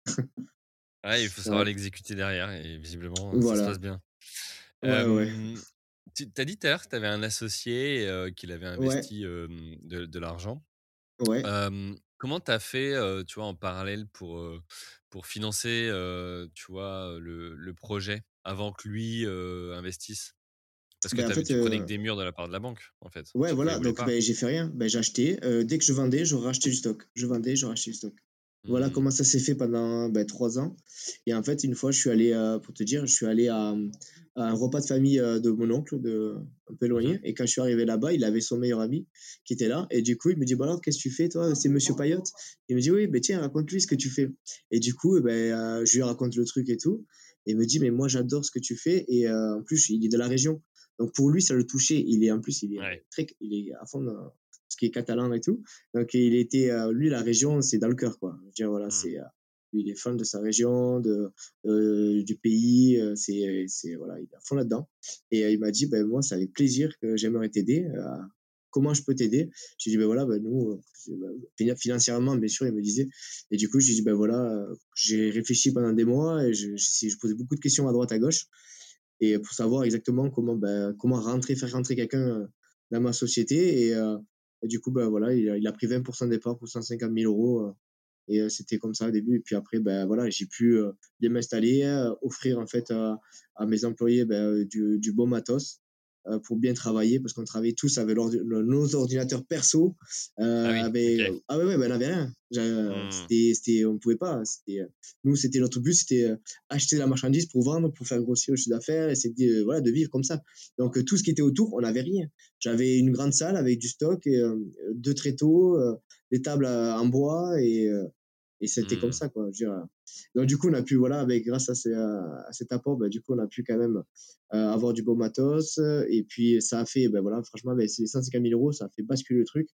Ouais, il faut savoir Ouais, l'exécuter derrière et visiblement, ça se voilà. passe bien. Ouais, ouais. Hem, tu as dit tout à l'heure que tu avais un associé, heu, qu'il avait Ouais, investi, hem, de de l'argent. ouais. Hem, comment tu as fait, heu, tu vois, en parallèle pour, heu, pour financer, heu, tu vois, le le projet avant que lui, heu, investisse? Parce que Ben, en tu avais fait, tu prenais que heu, des murs de la part de la banque, en fait? ouais, Sauf qu'ils voilà, voulaient donc pas. ben j'ai fait rien. Ben j'ai acheté, heu, dès que je vendais, je rachetais du stock. Je vendais, je rachetais du stock. Voilà Mmh. comment ça s'est fait pendant, bah, trois ans et en fait, une fois, je suis allé, heu, pour te dire, je suis allé à, mmh, à un repas de famille, heu, de mon oncle, de un peu Mmh mh. éloigné et quand je suis arrivé là-bas, il avait son meilleur ami qui était là et du coup, il me dit: «Bah, alors, qu'est-ce que tu fais toi? C'est monsieur Payotte?» Il me dit: «Oui, beh, tiens, raconte-lui ce que tu fais» et du coup, eh beh, heu, je lui raconte le truc et tout et il me dit: «Mais moi, j'adore ce que tu fais» et heu, en plus, il est de la région. Donc pour lui, ça le touchait. Il est en plus, il est, heu, Ouais. très il est à fond dans ce qui est catalan et tout. Donc il était, heu, lui, la région, c'est dans le cœur, quoi. Je veux dire, voilà, Mmh. c'est, heu, lui, il est fan de sa région, de, heu, du pays, heu, c'est c'est voilà, il est à fond là-dedans et heu, il m'a dit: «Ben moi, c'est avec plaisir que j'aimerais t'aider, heu, comment je peux t'aider?» J'ai dit: «Ben voilà, ben nous, heu, c'est bah, fina financièrement, bien sûr», il me disait et du coup, j'ai dit: «Ben voilà, heu, j'ai réfléchi pendant des mois et je je je posais beaucoup de questions à droite, à gauche et pour savoir exactement comment, ben, comment rentrer, faire rentrer quelqu'un, heu, dans ma société et heu et du coup, ben voilà, il a il a pris vingt de départ pour cent cinquante mille euros heu et heu, c'était comme ça au début et puis après, ben, voilà, j'ai pu, heu, bien m'installer, heu, offrir en fait à à mes employés, ben, heu, du du bon matos, heu, pour bien travailler parce qu'on travaillait tous avec l'ordi le nos ordinateurs perso, heu, Ah oui, OK. avec ah ouais, ouais, ben, on avait rien. J'a Mmh. c'était c'était on pouvait pas, c'était, heu, nous, c'était notre but, c'était, heu, acheter la marchandise pour vendre, pour faire grossir le chiffre d'affaires et c'était, heu, voilà, de vivre comme ça. Donc heu, tout ce qui était autour, on n'avait rien. J'avais une grande salle avec du stock et hem, deux tréteaux, heu, des tables, heu, en bois et heu et c'était comme Mmh. ça, quoi. Je veux dire, donc du coup, on a pu, voilà, avec grâce à, ces, euh, à cet apport, bah, du coup, on a pu quand même euh, avoir du beau matos. euh, Et puis, ça a fait, ben voilà, franchement, ben, c'est les cent cinquante mille euros, ça a fait basculer le truc.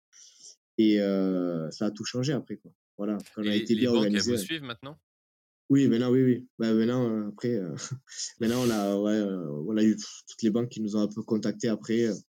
Et euh, ça a tout changé après, quoi. Voilà, quand on Et a les été les bien banques, elles organisé. vous Ouais. suivent maintenant? Oui, maintenant, oui, oui. Ben, maintenant, euh, après, euh, maintenant, on a, ouais, euh, on a eu pff, toutes les banques qui nous ont un peu contactés après, euh,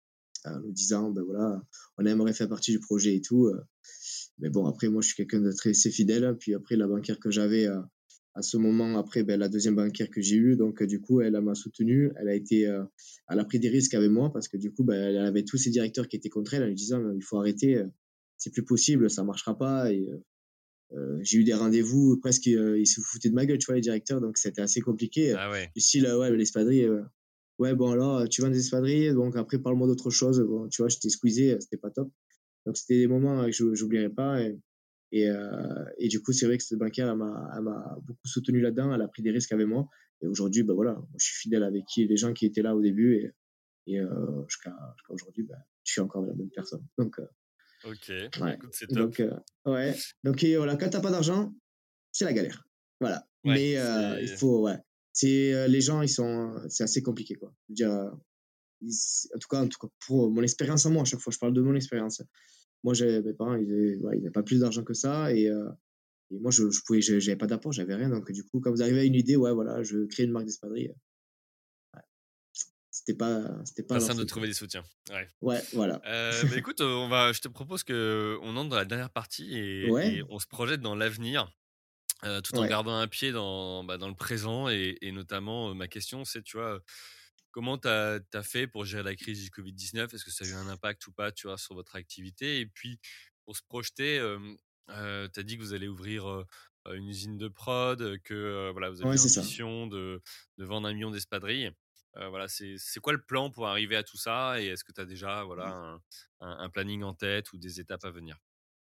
en nous disant, ben voilà, on aimerait faire partie du projet et tout. euh, Mais bon, après, moi, je suis quelqu'un de très assez fidèle. Puis après, la banquière que j'avais euh, à ce moment, après, ben, la deuxième banquière que j'ai eue, donc euh, du coup, elle, elle m'a soutenu. Elle a été, euh, elle a pris des risques avec moi parce que du coup, ben, elle avait tous ses directeurs qui étaient contre elle en lui disant, il faut arrêter, euh, c'est plus possible, ça marchera pas. Et euh, j'ai eu des rendez-vous presque, euh, ils se foutaient de ma gueule, tu vois, les directeurs, donc c'était assez compliqué. Ah ouais. Du style, euh, ouais, l'espadrille, euh, ouais, bon, alors, tu vends des espadrilles, donc après, parle-moi d'autre chose. Bon, tu vois, j'étais squeezé, c'était pas top. Donc c'était des moments que j'oublierai pas. Et, et, euh, et du coup, c'est vrai que cette banquière, elle m'a, elle m'a beaucoup soutenu là-dedans. Elle a pris des risques avec moi. Et aujourd'hui, ben voilà, moi, je suis fidèle avec qui, les gens qui étaient là au début. Et, et euh, jusqu'à, jusqu'à aujourd'hui, ben, je suis encore la même personne. Donc, euh, OK, bah, ouais. écoute, c'est top. Donc, euh, ouais. Donc, et voilà, quand t'as pas d'argent, c'est la galère. Voilà. Ouais, Mais euh, il c'est faut, ouais. C'est, euh, les gens, ils sont, c'est assez compliqué, quoi. Je veux dire, euh, ils- en tout cas, en tout cas, pour mon expérience à moi, à chaque fois, je parle de mon expérience. Moi, j'avais mes parents, ils avaient, ouais, ils avaient pas plus d'argent que ça et, euh, et moi, je, je pouvais, je- j'avais pas d'apport, j'avais rien. Donc, du coup, quand vous arrivez à une idée, ouais, voilà, je crée une marque d'espadrilles. Ouais, c'était pas, c'était pas pas leur simple de truc, quoi. trouver des soutiens. Ouais. Ouais, voilà. Heu, bah, écoute, heu, on va je te propose qu'on entre dans la dernière partie et Ouais, et on se projette dans l'avenir, heu, tout en ouais, gardant un pied dans, bah, dans le présent et et notamment, heu, ma question, c'est, tu vois, comment tu as fait pour gérer la crise du covid dix-neuf? Est-ce que ça a eu un impact ou pas, tu vois, sur votre activité? Et puis pour se projeter, hem, heu, tu as dit que vous allez ouvrir, heu heu, une usine de prod, heu, que, heu, voilà, vous ouais, aviez c'est ça. ambition de de vendre un million d'espadrilles. Heu, voilà, c'est c'est quoi le plan pour arriver à tout ça? Et est-ce que tu as déjà, voilà, un un un planning en tête ou des étapes à venir?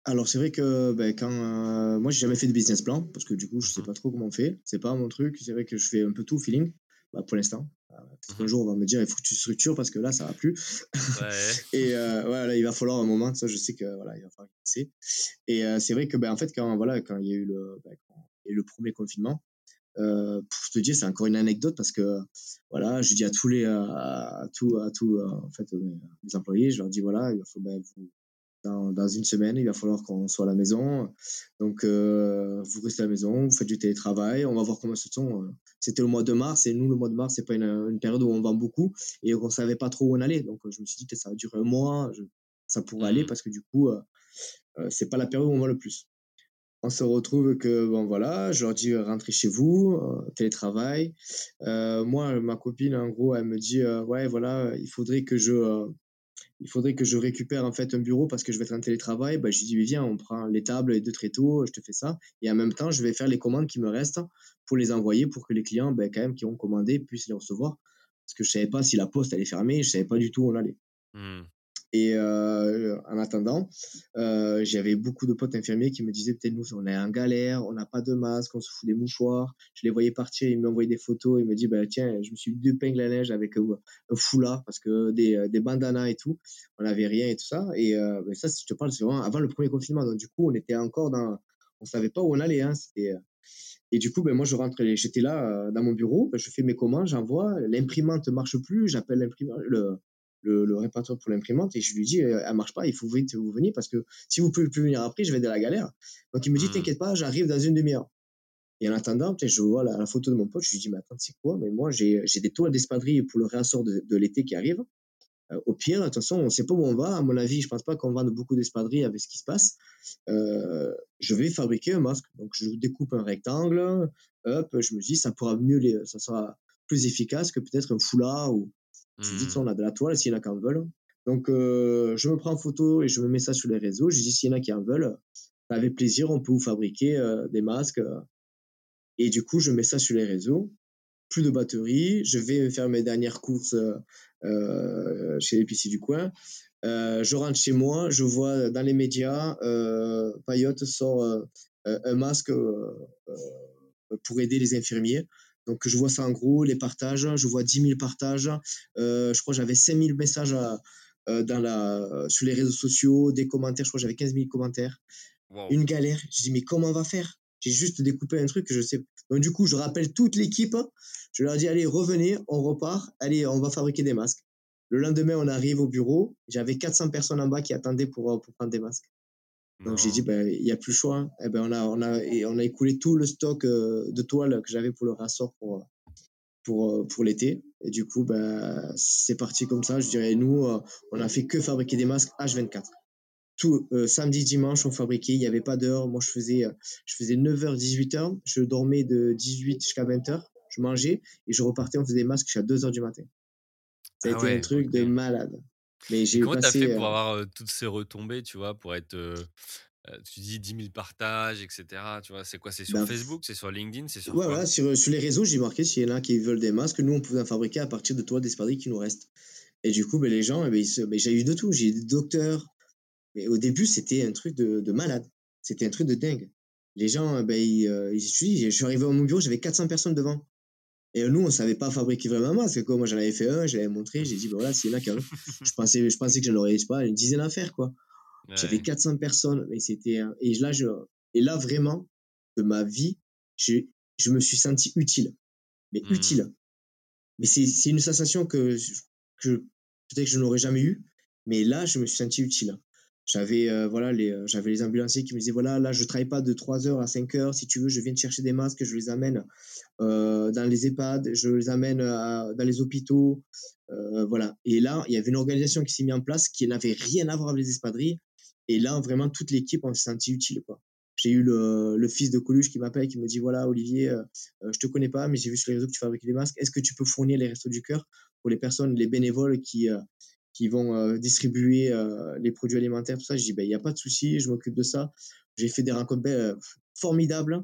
Alors c'est vrai que, beh, quand, heu, moi j'ai jamais fait de business plan parce que du coup je sais Mmh. pas trop comment on fait. C'est pas mon truc. C'est vrai que je fais un peu tout au feeling, bah, pour l'instant. Heu, peut-être qu'un Mmh. jour on va me dire: «Il faut que tu structures parce que là ça va plus» Ouais. et heu, ouais, là il va falloir un moment, ça je sais que voilà, il va falloir y penser et heu, c'est vrai que, ben, en fait quand voilà, quand il y a eu le, bah, quand il y a eu le premier confinement, heu, pour te dire, c'est encore une anecdote parce que voilà, je dis à tous les, heu, à tous à tous, heu, en fait, mes mes employés, je leur dis: «Voilà, il faut, ben, vous dans, dans une semaine, il va falloir qu'on soit à la maison. Donc, euh, vous restez à la maison, vous faites du télétravail. On va voir comment se sent. C'était le mois de mars et nous, le mois de mars, c'est pas une, une période où on vend beaucoup et on savait pas trop où on allait. Donc, je me suis dit que ça va durer un mois. Je, ça pourrait aller Mmh. parce que du coup, euh, euh, c'est pas la période où on vend le plus. On se retrouve que, bon voilà, je leur dis euh, rentrez chez vous, euh, télétravail. Euh, moi, ma copine, en gros, elle me dit euh, ouais, voilà, il faudrait que je, euh, il faudrait que je récupère en fait un bureau parce que je vais être en télétravail. Bah, je lui dis, viens, on prend les tables, les deux tréteaux, je te fais ça. Et en même temps, je vais faire les commandes qui me restent pour les envoyer pour que les clients, ben, quand même, qui ont commandé puissent les recevoir. Parce que je savais pas si la poste allait fermer, je savais pas du tout où on allait. Mmh. Et euh, en attendant, euh, j'avais beaucoup de potes infirmiers qui me disaient peut-être nous, on est en galère, on n'a pas de masque, on se fout des mouchoirs. Je les voyais partir, ils m'envoyaient des photos, ils me disaient bah, tiens, je me suis mis deux pingles à neige avec un, un foulard parce que des, des bandanas et tout, on n'avait rien et tout ça. Et euh, ben ça, si je te parle, c'est vraiment avant le premier confinement. Donc du coup, on était encore dans, on savait pas où on allait. Hein, c'était, et du coup, ben, moi, je rentre, j'étais là euh, dans mon bureau, ben, je fais mes commandes, j'envoie, l'imprimante ne marche plus, j'appelle l'imprimante, le, le, le réparateur pour l'imprimante et je lui dis, euh, elle marche pas, il faut vite que vous veniez parce que si vous pouvez plus venir après, je vais être dans la galère. Donc il me dit, Mmh. t'inquiète pas, j'arrive dans une demi-heure. Et en attendant, je vois la, la photo de mon pote, je lui dis, mais attends, c'est quoi? Mais moi, j'ai, j'ai des toiles d'espadrille pour le réassort de, de l'été qui arrive. Euh, au pire, de toute façon, on ne sait pas où on va. À mon avis, je pense pas qu'on vende beaucoup d'espadrilles avec ce qui se passe. Euh, je vais fabriquer un masque. Donc, je découpe un rectangle. Hop, je me dis, ça pourra mieux, les, ça sera plus efficace que peut-être un foulard. Ou je dis, de toute façon, Mmh. on a de la toile, s'il y en a qui en veulent. Donc, euh, je me prends en photo et je me mets ça sur les réseaux. Je dis, s'il y en a qui en veulent, avec plaisir, on peut vous fabriquer euh, des masques. Et du coup, je mets ça sur les réseaux. Plus de batterie. Je vais faire mes dernières courses euh, chez l'épicier du coin. Euh, je rentre chez moi, je vois dans les médias, euh, Payotte sort euh, un masque euh, euh, pour aider les infirmiers. Donc je vois ça en gros, les partages, je vois dix mille partages. Euh, je crois que j'avais cinq mille messages à, euh, dans la, sur les réseaux sociaux, des commentaires, je crois que j'avais quinze mille commentaires. Waouh! Une galère. Je dis mais comment on va faire? J'ai juste découpé un truc que je sais. Donc du coup, je rappelle toute l'équipe. Je leur dis allez, revenez, on repart. Allez, on va fabriquer des masques. Le lendemain, on arrive au bureau. J'avais quatre cents personnes en bas qui attendaient pour, pour prendre des masques. Donc j'ai dit, Non. ben, il n'y a plus le choix. Hein. Eh ben, on, a, on, a, et on a écoulé tout le stock euh, de toile que j'avais pour le rassort pour, pour, pour l'été. Et du coup, ben, c'est parti comme ça. Je dirais, nous, euh, on a fait que fabriquer des masques H vingt-quatre. Tout, euh, samedi, dimanche, on fabriquait, il n'y avait pas d'heure. Moi, je faisais, euh, je faisais neuf heures, dix-huit heures. Je dormais de dix-huit jusqu'à vingt heures. Je mangeais et je repartais, on faisait des masques jusqu'à deux heures du matin. Ça a Ah été un ouais, truc de OK. malade. Mais Et j'ai comment tu as fait passé, pour euh, avoir, heu, toutes ces retombées, tu vois? Pour être, heu heu, tu dis dix mille partages et cetera, tu vois? C'est quoi? C'est sur ben, Facebook? C'est sur LinkedIn? C'est sur ouais, quoi? voilà, sur, sur les réseaux, j'ai marqué s'il y en a qui veulent des masques, nous, on pouvait en fabriquer à partir de toiles d'espadrilles qui nous restent. Et du coup, ben, les gens, eh ben, ils se, ben, j'ai eu de tout. J'ai eu des docteurs. Mais au début, c'était un truc de, de malade. C'était un truc de dingue. Les gens, ben, ils, euh, ils étudient. Je suis arrivé à mon bureau, j'avais quatre cents personnes devant. Et nous, on savait pas fabriquer vraiment un masque, quoi. Moi, j'en avais fait un, je l'avais montré, j'ai dit, ben voilà, s'il y en a qui en veulent. Je pensais, je pensais que j'en aurais, je sais pas, une dizaine à faire, quoi. J'avais Ouais. quatre cents personnes, mais c'était, et là, je, et là, vraiment, de ma vie, je, je me suis senti utile. Mais Mmh. utile. Mais c'est, c'est une sensation que, que peut-être que je n'aurais jamais eue. Mais là, je me suis senti utile. J'avais euh, voilà les euh, j'avais les ambulanciers qui me disaient voilà là je travaille pas de trois heures à cinq heures si tu veux je viens te chercher des masques je les amène euh, dans les EHPAD je les amène à, dans les hôpitaux euh, voilà et là il y avait une organisation qui s'est mise en place qui n'avait rien à voir avec les espadrilles et là vraiment toute l'équipe on s'est senti utile quoi. J'ai eu le, le fils de Coluche qui m'appelle qui me dit voilà Olivier euh, euh, je te connais pas mais j'ai vu sur les réseaux que tu fabriques des masques est-ce que tu peux fournir les restos du cœur pour les personnes les bénévoles qui euh, qui vont euh, distribuer euh, les produits alimentaires, tout ça. Je dis, ben, il n'y a pas de souci, je m'occupe de ça. J'ai fait des rencontres euh, formidables.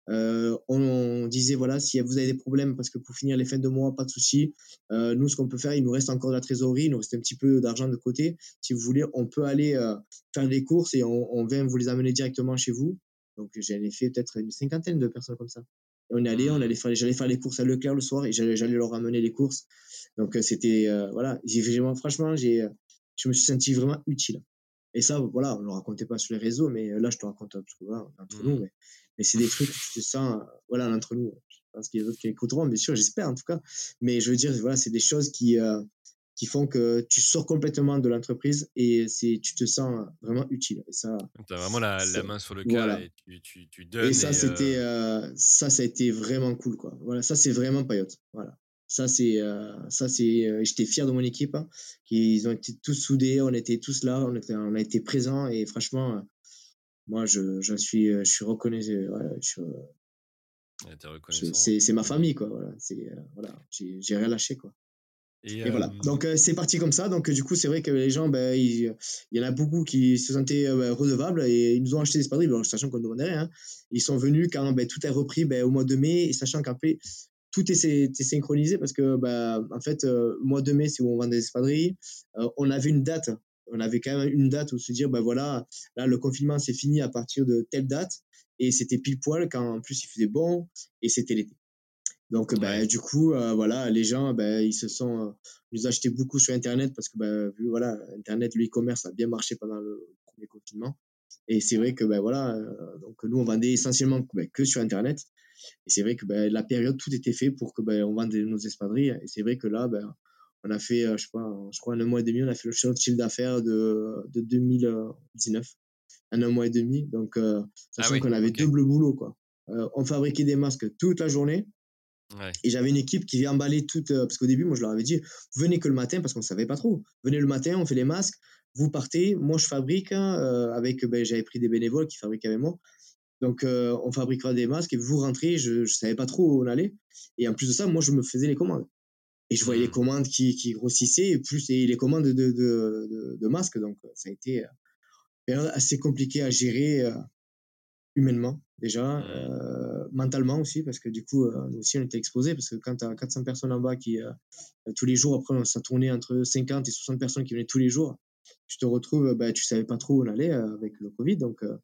Euh, on, on disait, voilà, si vous avez des problèmes, parce que pour finir les fins de mois, pas de souci. Euh, nous, ce qu'on peut faire, il nous reste encore de la trésorerie, il nous reste un petit peu d'argent de côté. Si vous voulez, on peut aller euh, faire des courses et on, on vient vous les amener directement chez vous. Donc, j'avais fait peut-être une cinquantaine de personnes comme ça. Et on est allé, on allait faire, j'allais faire les courses à Leclerc le soir et j'allais, j'allais leur ramener les courses. Donc, euh, c'était, euh, voilà, j'ai vraiment, franchement, j'ai, euh, je me suis senti vraiment utile. Et ça, voilà, on ne le racontait pas sur les réseaux, mais là, je te raconte, parce que voilà, entre nous, Mmh. mais, mais c'est des trucs que tu te sens, voilà, entre nous. Je pense qu'il y a d'autres qui écouteront, bien sûr, j'espère en tout cas. Mais je veux dire, voilà, c'est des choses qui, euh, qui font que tu sors complètement de l'entreprise et c'est, tu te sens vraiment utile. Et ça, Tu as vraiment la, ça la main sur le cœur voilà. et tu, tu, tu Et donnes ça, et c'était, euh, euh, ça, ça a été vraiment cool, quoi. Voilà, ça, c'est vraiment payotte. Voilà. Ça, c'est, euh, ça, c'est, euh, j'étais fier de mon équipe, hein, qu'ils ont été tous soudés, on était tous là, on était, on a été présents et franchement, euh, moi, je, je suis, euh, je suis reconnaissant. Ouais, je suis, euh, ouais, t'es je- reconnaissant. c'est, c'est ma Mmh. famille, quoi. Voilà, c'est, euh, voilà, j'ai, j'ai rien lâché, quoi. Et Et euh, voilà. Donc, euh, c'est parti comme ça. Donc, euh, du coup, c'est vrai que les gens, ben, il, il y en a beaucoup qui se sentaient euh, ben, redevables et ils nous ont acheté des espadrilles, bon, sachant qu'on ne demandait rien, hein. Ils sont venus quand ben, tout est repris ben, au mois de mai, et sachant qu'après, tout est, est synchronisé parce que, ben, en fait, euh, le mois de mai, c'est où on vend des espadrilles. Euh, on avait une date. On avait quand même une date où se dire, ben voilà, là, le confinement, c'est fini à partir de telle date. Et c'était pile poil quand, en plus, il faisait bon et c'était l'été. Donc, ouais. ben, du coup, euh, voilà, les gens, ben, ils se sont, euh, ils achetaient beaucoup sur Internet parce que, ben, vu, voilà, Internet, le e-commerce a bien marché pendant le premier confinement. Et c'est vrai que, ben, voilà, euh, donc nous, on vendait essentiellement ben, que sur Internet. Et c'est vrai que, ben, la période, tout était fait pour que, ben, on vende nos espadrilles. Et c'est vrai que là, ben, on a fait, euh, je sais pas, je crois, en un mois et demi, on a fait le chiffre d'affaires de, de deux mille dix-neuf, en un mois et demi. Donc, euh, Ah sachant oui, qu'on avait ok. double boulot, quoi. Euh, on fabriquait des masques toute la journée. Ouais. Et j'avais une équipe qui vient emballer toute. Euh, parce qu'au début, moi, je leur avais dit, venez que le matin, parce qu'on ne savait pas trop. Venez le matin, on fait les masques, vous partez, moi, je fabrique, hein, euh, avec, ben, j'avais pris des bénévoles qui fabriquaient avec moi. Donc, euh, on fabriquera des masques et vous rentrez, je ne savais pas trop où on allait. Et en plus de ça, moi, je me faisais les commandes. Et je voyais les Mmh. commandes qui, qui grossissaient, et plus et les commandes de, de, de, de masques. Donc, ça a été une période assez compliquée à gérer. Euh, humainement déjà, Mmh. euh, mentalement aussi, parce que du coup, euh, nous aussi, on était exposés, parce que quand tu as quatre cents personnes en bas qui, euh, tous les jours, après, ça tournait entre cinquante et soixante personnes qui venaient tous les jours, tu te retrouves, bah, tu savais pas trop où on allait euh, avec le Covid, donc, euh,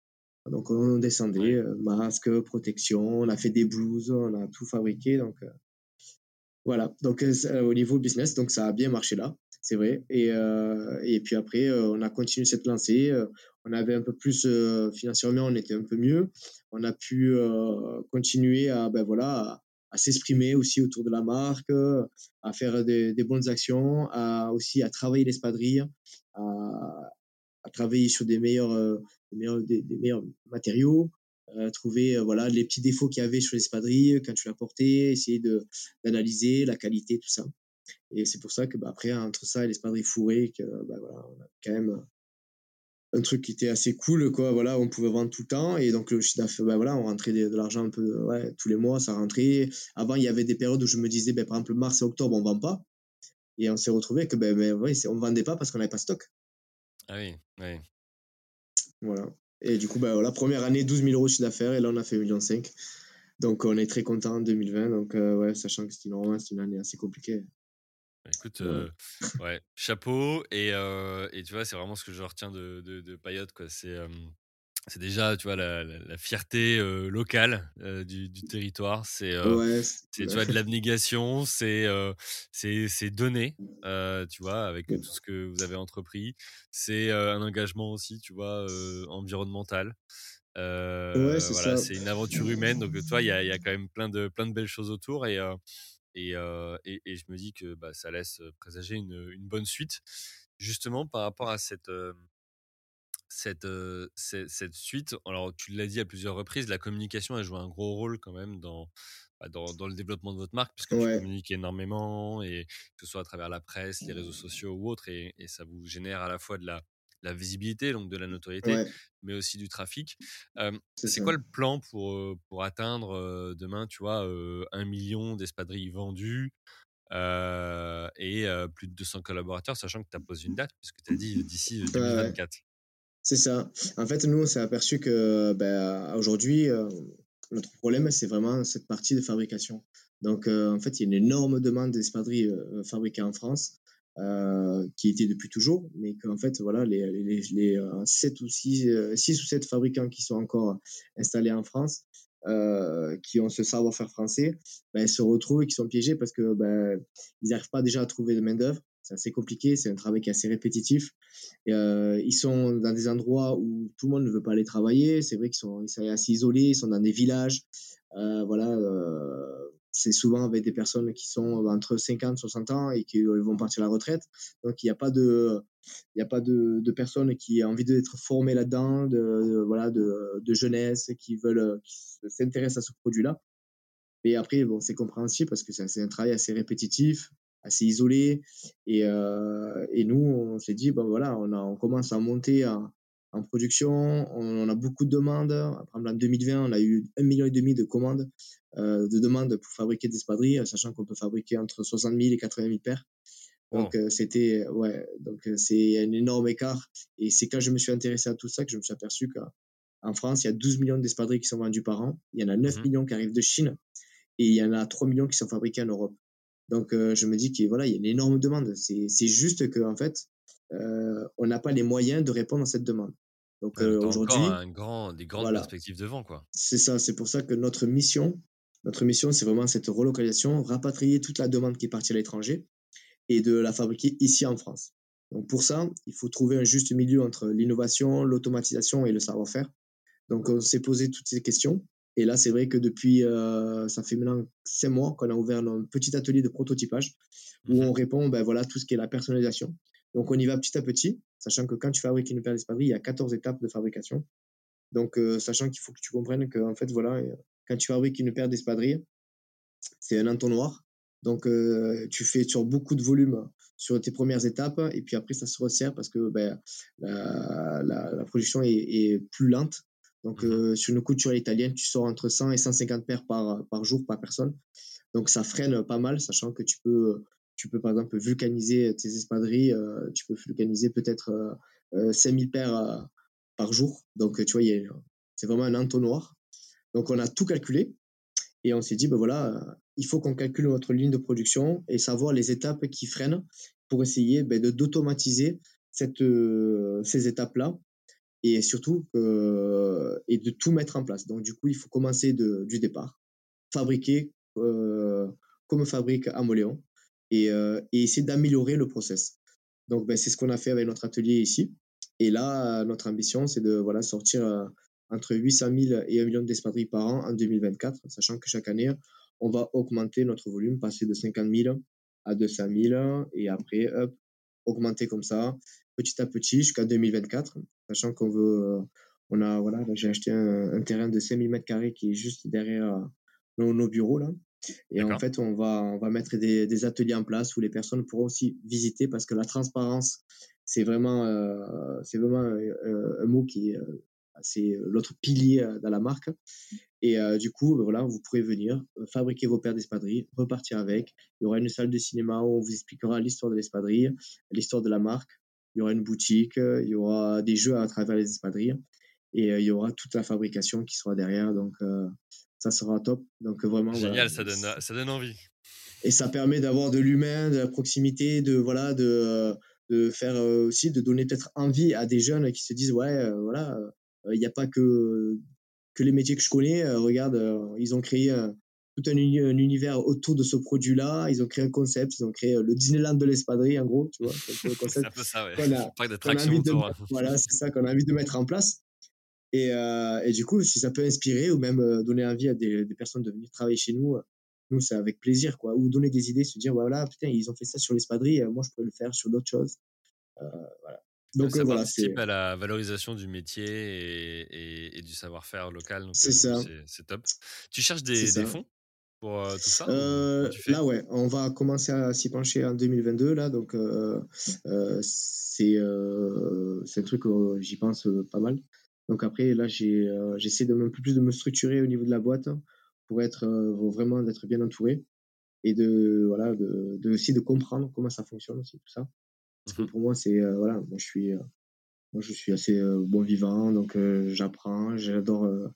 donc on descendait, Ouais. euh, masque, protection, on a fait des blouses, on a tout fabriqué, donc euh, voilà, donc euh, au niveau business, donc ça a bien marché là, c'est vrai. Et, euh, et puis après, euh, on a continué cette lancée. Euh, on avait un peu plus euh, financièrement, on était un peu mieux. On a pu euh, continuer à, ben voilà, à, à s'exprimer aussi autour de la marque, euh, à faire des, des bonnes actions, à aussi à travailler l'espadrille, à, à travailler sur des meilleurs, euh, des meilleurs, des, des meilleurs matériaux, euh, trouver euh, voilà les petits défauts qu'il y avait sur l'espadrille quand tu l'as porté, essayer de d'analyser la qualité, tout ça. Et c'est pour ça que bah, après entre ça et l'espadrille fourrée, que bah, voilà, on a quand même un truc qui était assez cool, quoi. Voilà, on pouvait vendre tout le temps et donc le chiffre d'affaires, bah, voilà, on rentrait de, de l'argent un peu, ouais, tous les mois, ça rentrait. Avant, il y avait des périodes où je me disais, bah, par exemple mars et octobre, on vend pas, et on s'est retrouvé que ben, ben ouais, on vendait pas parce qu'on n'avait pas de stock. Ah oui, ouais. Voilà. Et du coup, bah, voilà, première année, douze mille euros de chiffre d'affaires, et là, on a fait un virgule cinq million. Donc, on est très content en deux mille vingt. Donc, euh, ouais, sachant que c'était une, c'est une année assez compliquée. Bah, écoute, Voilà. euh, ouais, chapeau. Et, euh, et tu vois, c'est vraiment ce que je retiens de, de, de Payotte, quoi. C'est euh, c'est déjà, tu vois, la, la, la fierté euh, locale euh, du, du territoire. C'est, euh, Ouais, c'est, tu vois, de l'abnégation. C'est, euh, c'est, c'est donné, euh, tu vois, avec tout ce que vous avez entrepris. C'est euh, un engagement aussi, tu vois, euh, environnemental. ouais, Euh, c'est voilà, ça. c'est une aventure humaine. Donc, tu vois, il y a, il y a quand même plein de, plein de belles choses autour. Et, euh, et, euh, et, et je me dis que bah, ça laisse présager une, une bonne suite. Justement, par rapport à cette, euh, cette, euh, cette, cette suite, alors tu l'as dit à plusieurs reprises, la communication a joué un gros rôle quand même dans, bah, dans, dans le développement de votre marque, puisque tu Ouais, communiques énormément, et que ce soit à travers la presse, les réseaux sociaux ou autres, et, et ça vous génère à la fois de la, la visibilité, donc de la notoriété, ouais, mais aussi du trafic. Euh, c'est c'est ça. quoi le plan pour, euh, pour atteindre euh, demain, tu vois, euh, un million d'espadrilles vendues euh, et euh, plus de deux cents collaborateurs, sachant que tu as posé une date, puisque tu as dit d'ici Ouais, ouais, deux mille vingt-quatre. c'est ça. En fait, nous, on s'est aperçu que ben, aujourd'hui, euh, Notre problème, c'est vraiment cette partie de fabrication. Donc, euh, en fait, il y a une énorme demande d'espadrilles euh, fabriquées en France, euh, qui était depuis toujours, mais qu'en fait, voilà, les, les, les euh, sept ou six, euh, six ou sept fabricants qui sont encore installés en France, euh, qui ont ce savoir-faire français, ben, se retrouvent et qui sont piégés parce que ben, ils n'arrivent pas déjà à trouver de main-d'œuvre. C'est assez compliqué, c'est un travail qui est assez répétitif. Et, euh, ils sont dans des endroits où tout le monde ne veut pas aller travailler. C'est vrai qu'ils sont, ils sont assez isolés, ils sont dans des villages. Euh, voilà, euh, c'est souvent avec des personnes qui sont entre cinquante et soixante ans et qui euh, vont partir à la retraite. Donc, il n'y a pas de, il y a pas de, de personnes qui ont envie d'être formées là-dedans, de, de, voilà, de, de jeunesse, qui veulent, qui s'intéressent à ce produit-là. Et après, bon, c'est compréhensible parce que c'est, c'est un travail assez répétitif, assez isolé. Et, euh, et nous, on s'est dit, bon voilà, on, a, on commence à monter en, en production, on, on a beaucoup de demandes. Par exemple, en deux mille vingt, on a eu un million et demi de commandes, euh, de demandes pour fabriquer des espadrilles, sachant qu'on peut fabriquer entre soixante mille et quatre-vingt mille paires. Donc, Wow. euh, c'était, ouais, donc euh, c'est un énorme écart. Et c'est quand je me suis intéressé à tout ça que je me suis aperçu qu'en France, il y a douze millions d'espadrilles qui sont vendus par an. Il y en a neuf Mhm. millions qui arrivent de Chine et il y en a trois millions qui sont fabriqués en Europe. Donc, euh, je me dis qu'il voilà, il y a une énorme demande. C'est, c'est juste qu'en fait, euh, on n'a pas les moyens de répondre à cette demande. Donc, Ouais, euh, donc tu as encore aujourd'hui, un grand, des grandes voilà, perspectives devant, quoi. c'est ça. C'est pour ça que notre mission, notre mission, c'est vraiment cette relocalisation, rapatrier toute la demande qui est partie à l'étranger et de la fabriquer ici en France. Donc, pour ça, il faut trouver un juste milieu entre l'innovation, l'automatisation et le savoir-faire. Donc, on s'est posé toutes ces questions. Et là, c'est vrai que depuis, euh, ça fait maintenant cinq mois qu'on a ouvert un petit atelier de prototypage où Mhm. on répond, ben voilà, tout ce qui est la personnalisation. Donc, on y va petit à petit, sachant que quand tu fabriques une paire d'espadrilles, il y a quatorze étapes de fabrication. Donc, euh, sachant qu'il faut que tu comprennes que, en fait, voilà, quand tu fabriques une paire d'espadrilles, c'est un entonnoir. Donc, euh, tu fais sur beaucoup de volume sur tes premières étapes et puis après, ça se resserre parce que ben, la, la, la production est, est plus lente. Donc, Mhm. euh, sur une couture italienne, tu sors entre cent et cent cinquante paires par, par jour, par personne. Donc, ça freine pas mal, sachant que tu peux, tu peux par exemple, vulcaniser tes espadrilles. Euh, tu peux vulcaniser peut-être euh, cinq mille paires euh, par jour. Donc, tu vois, y a, c'est vraiment un entonnoir. Donc, on a tout calculé. Et on s'est dit, ben voilà, il faut qu'on calcule notre ligne de production et savoir les étapes qui freinent pour essayer ben, de, d'automatiser cette, euh, ces étapes-là et surtout euh, et de tout mettre en place. Donc, du coup, il faut commencer de, du départ, fabriquer euh, comme fabrique à Moléon et, euh, et essayer d'améliorer le process. Donc, ben, c'est ce qu'on a fait avec notre atelier ici. Et là, notre ambition, c'est de voilà, sortir euh, entre huit cent mille et un million d'espadrilles par an en deux mille vingt-quatre, sachant que chaque année, on va augmenter notre volume, passer de cinquante mille à deux cent mille, et après, hop, augmenter comme ça, petit à petit, jusqu'à deux mille vingt-quatre, sachant qu'on veut, euh, on a, voilà, là, j'ai acheté un, un terrain de cinq mille mètres carrés qui est juste derrière euh, nos, nos bureaux, là. Et en D'accord. fait, on va, on va mettre des, des ateliers en place où les personnes pourront aussi visiter parce que la transparence, c'est vraiment, euh, c'est vraiment euh, un mot qui est, euh, c'est l'autre pilier euh, dans la marque. Et euh, du coup, ben voilà, vous pourrez venir euh, fabriquer vos paires d'espadrilles, repartir avec. Il y aura une salle de cinéma où on vous expliquera l'histoire de l'espadrille, l'histoire de la marque. Il y aura une boutique, euh, il y aura des jeux à travers les espadrilles et euh, il y aura toute la fabrication qui sera derrière. Donc, euh, ça sera top. Donc, vraiment, voilà. Génial, ça donne, ça donne envie. Et ça permet d'avoir de l'humain, de la proximité, de voilà, de, de faire euh, aussi, de donner peut-être envie à des jeunes qui se disent ouais, euh, voilà, il euh, n'y a pas que que les métiers que je connais. Euh, regarde, euh, ils ont créé euh, tout un, uni- un univers autour de ce produit-là. Ils ont créé un concept, ils ont créé euh, le Disneyland de l'espadrille, en gros, tu vois, c'est un peu le C'est concept un peu ça, ouais. qu'on a Parc qu'on a d'attractions envie de autour. mettre, voilà, c'est ça qu'on a envie de mettre en place. Et, euh, et du coup, si ça peut inspirer ou même euh, donner envie à des, des personnes de venir travailler chez nous, euh, nous, c'est avec plaisir, quoi. Ou donner des idées, se dire, voilà, putain, ils ont fait ça sur l'espadrille, euh, moi, je pourrais le faire sur d'autres choses. Euh, voilà. Ça, Donc, euh, ça voilà, c'est, participe à la valorisation du métier et, et- et du savoir-faire local, donc c'est euh, non, ça, c'est c'est top. Tu cherches c'est des, des ça. fonds pour euh, tout ça ou comment Euh, tu fais? là, ouais, on va commencer à s'y pencher en deux mille vingt-deux, là, donc euh, euh, c'est euh, c'est un truc, euh, j'y pense euh, pas mal. Donc après, là, j'ai, euh, j'essaie de un peu plus de me structurer au niveau de la boîte pour être euh, vraiment d'être bien entouré. Et de voilà de, de aussi de comprendre comment ça fonctionne aussi tout ça parce que Mhm. pour moi c'est euh, voilà moi je suis euh, moi je suis assez euh, bon vivant donc euh, j'apprends j'adore euh,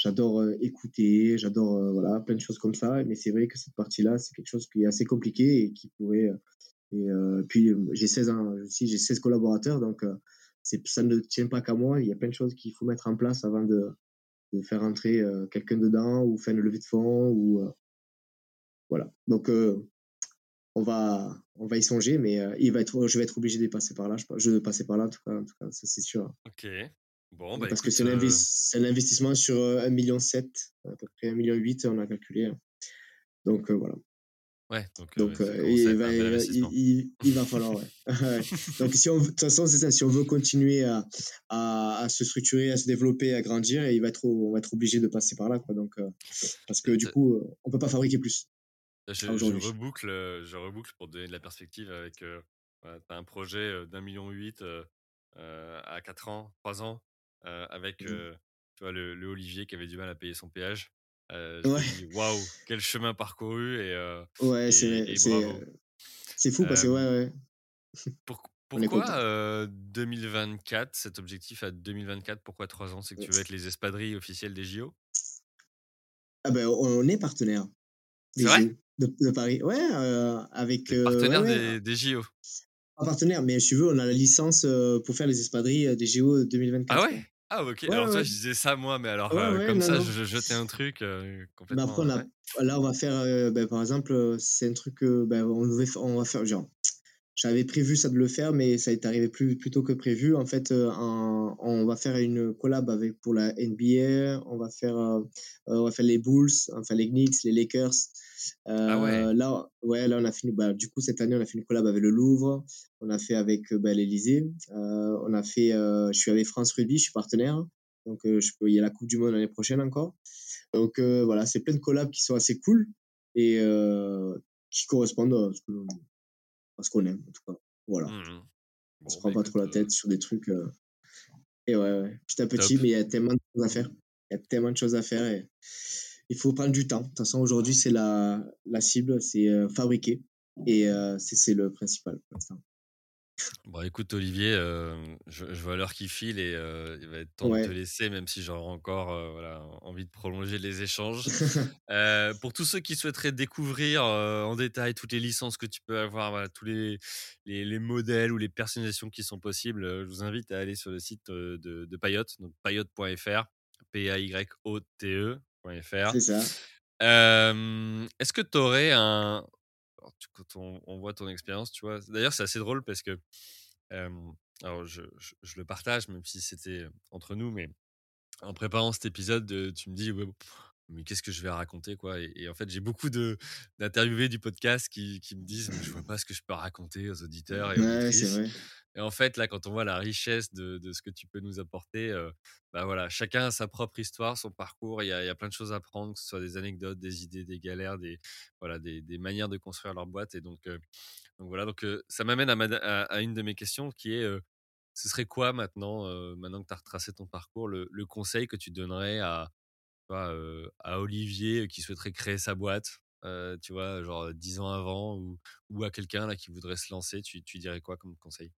j'adore euh, écouter, j'adore euh, voilà, plein de choses comme ça. Mais c'est vrai que cette partie-là, c'est quelque chose qui est assez compliqué et qui pourrait. euh, et euh, puis, euh, j'ai seize ans aussi, j'ai seize collaborateurs, donc euh, c'est, ça ne tient pas qu'à moi. Il y a plein de choses qu'il faut mettre en place avant de, de faire entrer euh, quelqu'un dedans ou faire une levée de fonds. Ou, euh, voilà. Donc, euh, on va, on va y songer, mais euh, il va être, je vais être obligé de passer par là. Je, je vais passer par là, en tout cas, en tout cas ça c'est sûr. Ok. Bon, bah Parce que écoute, c'est un, euh, investi- c'est un investissement sur euh, un virgule sept million, à peu près un virgule huit million, on a calculé. Donc euh, voilà. ouais, donc euh, Donc ça euh, commence à il, être va, un bel il, investissement. il, il va falloir, ouais. Ouais. Donc si on, de toute façon, c'est ça, si on veut continuer à, à, à se structurer, à se développer, à grandir, il va être, on va être obligé de passer par là, quoi. Donc, euh, parce que Euh, du t'as- coup, euh, on peut pas fabriquer plus à Je, je aujourd'hui. reboucle, euh, je reboucle pour te donner de la perspective avec. Euh, voilà, t'as un projet euh, d'un million huit euh, euh, à quatre ans, trois ans, euh, avec Mhm. euh, tu vois, le, le Olivier qui avait du mal à payer son péage. Euh, je me Ouais, dis, waouh, quel chemin parcouru et, euh, ouais, c'est vrai, et, et c'est, bravo. euh, c'est fou parce que Euh, ouais, ouais, pour- on est pourquoi content. euh, deux mille vingt-quatre, cet objectif à deux mille vingt-quatre, pourquoi trois ans? C'est que tu veux être les espadrilles officielles des J O? Ah ben, on est partenaire des C'est vrai? J O de, de Paris. Ouais, euh, avec, T'es euh, ouais, partenaire ouais, des, des J O. pas partenaire, mais si tu veux, on a la licence euh, pour faire les espadrilles euh, des J O Ah deux mille vingt-quatre. ouais? Ouais, Ah ok. ouais, Alors ouais. toi, Ouais, je disais ça moi, mais alors ouais, euh, ouais, comme non, ça, non. je, je jetais un truc euh, Mais après, on complètement. a, Ouais. là, on va faire, euh, ben, par exemple, euh, c'est un truc que ben, on, devait, fa- on va faire, genre, j'avais prévu ça de le faire, mais ça est arrivé plus, plus tôt que prévu. En fait, euh, en- on va faire une collab avec, pour la N B A, on va faire, euh, euh, on va faire les Bulls, enfin les Knicks, les Lakers. Ah ouais. Euh, là, ouais, là, on a fini, bah, du coup, cette année, on a fait une collab avec le Louvre, on a fait avec euh, bah, l'Élysée, euh, on a fait, euh, je suis avec France Rugby, je suis partenaire. Donc, euh, je peux, il y a la Coupe du Monde l'année prochaine encore. Donc euh, voilà, c'est plein de collabs qui sont assez cool et euh, qui correspondent à ce, que, à ce qu'on aime, en tout cas. Voilà, Mhm. on se Bon prend bah pas trop écoute, la euh, tête sur des trucs. euh, et ouais, ouais, petit à top. petit, mais il y a tellement de choses à faire. Il y a tellement de choses à faire et il faut prendre du temps. De toute façon, aujourd'hui, c'est la, la cible, c'est euh, fabriquer et euh, c'est c'est le principal pour l'instant. Bon écoute Olivier, euh, je, je vois l'heure qui file et euh, il va être temps de te Ouais. laisser, même si j'aurais encore euh, voilà, envie de prolonger les échanges. Euh, pour tous ceux qui souhaiteraient découvrir euh, en détail toutes les licences que tu peux avoir, voilà, tous les, les, les modèles ou les personnalisations qui sont possibles, euh, je vous invite à aller sur le site euh, de, de Payot, donc payot point f r, P A Y O T E point F R. C'est ça. Euh, Est-ce que tu aurais un. Alors, tu- quand on, on voit ton expérience, tu vois. D'ailleurs, c'est assez drôle parce que. euh, alors, je, je- je le partage, même si c'était entre nous, mais en préparant cet épisode, euh, tu me dis, ouais, bon, mais qu'est-ce que je vais raconter, quoi. Et, et en fait, j'ai beaucoup de d'interviewés du podcast qui, qui me disent, mais je vois pas ce que je peux raconter aux auditeurs et Ouais, c'est auditrices. vrai. Et en fait, là, quand on voit la richesse de, de ce que tu peux nous apporter, euh, bah voilà, chacun a sa propre histoire, son parcours. Il y a, il y a plein de choses à prendre, que ce soit des anecdotes, des idées, des galères, des voilà, des, des manières de construire leur boîte. Et donc, euh, donc voilà, donc euh, ça m'amène à, ma- à, à une de mes questions qui est, euh, ce serait quoi maintenant, euh, maintenant que tu as retracé ton parcours, le, le conseil que tu donnerais à, tu vois, euh, à Olivier qui souhaiterait créer sa boîte, euh, tu vois, genre dix ans avant, ou, ou à quelqu'un là qui voudrait se lancer, tu, tu dirais quoi comme conseil?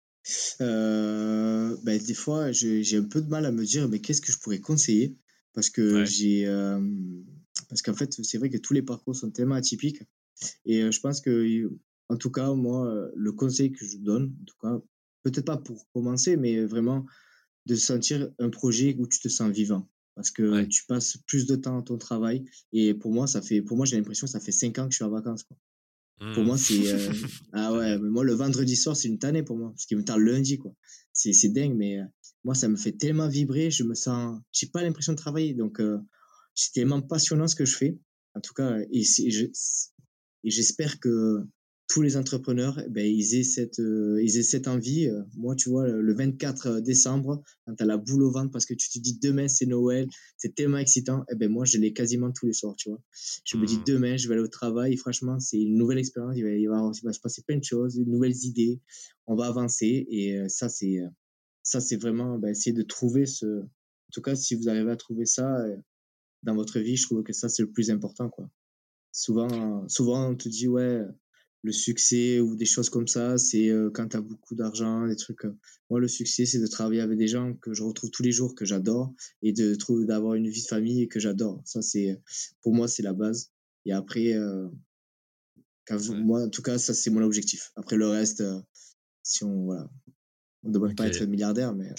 Euh, ben, des fois, je- j'ai un peu de mal à me dire, mais qu'est-ce que je pourrais conseiller? Parce que Ouais, j'ai, euh, parce qu'en fait, c'est vrai que tous les parcours sont tellement atypiques. Et euh, je pense que, en tout cas, moi, euh, le conseil que je donne, en tout cas, peut-être pas pour commencer, mais vraiment de sentir un projet où tu te sens vivant. Parce que ouais. tu passes plus de temps à ton travail. Et pour moi, ça fait, pour moi, j'ai l'impression que ça fait cinq ans que je suis en vacances, quoi. Pour Mhm. moi, c'est, euh, ah ouais, Génial. mais moi, le vendredi soir, c'est une tannée pour moi. Parce qu'il me tarde lundi, quoi. C'est, c'est dingue, mais euh, moi, ça me fait tellement vibrer. Je me sens, j'ai pas l'impression de travailler. Donc, euh, c'est tellement passionnant ce que je fais. En tout cas, et, c'est- je- et j'espère que tous les entrepreneurs, eh ben, ils aient cette, euh, ils aient cette envie. Euh, Moi, tu vois, le le vingt-quatre décembre, quand tu as la boule au ventre parce que tu te dis demain, c'est Noël, c'est tellement excitant. Eh ben, moi, je l'ai quasiment tous les soirs, tu vois. Je me dis Mhm. demain, je vais aller au travail. Et franchement, c'est une nouvelle expérience. Il va, il va, il va se passer plein de choses, de nouvelles idées. On va avancer. Et euh, ça, c'est, euh, ça, c'est vraiment ben, essayer de trouver ce. En tout cas, si vous arrivez à trouver ça euh, dans votre vie, je trouve que ça, c'est le plus important, quoi. Souvent, souvent, on te dit, ouais, le succès ou des choses comme ça, c'est euh, quand tu as beaucoup d'argent, des trucs. euh. Moi, le succès, c'est de travailler avec des gens que je retrouve tous les jours, que j'adore, et de trouver d'avoir une vie de famille que j'adore. Ça, c'est pour moi, c'est la base. Et après, euh, quand je- Ouais. moi, en tout cas, ça, c'est mon objectif. Après, le reste, euh, si on, voilà, on ne demande pas être Ok. milliardaire, mais euh,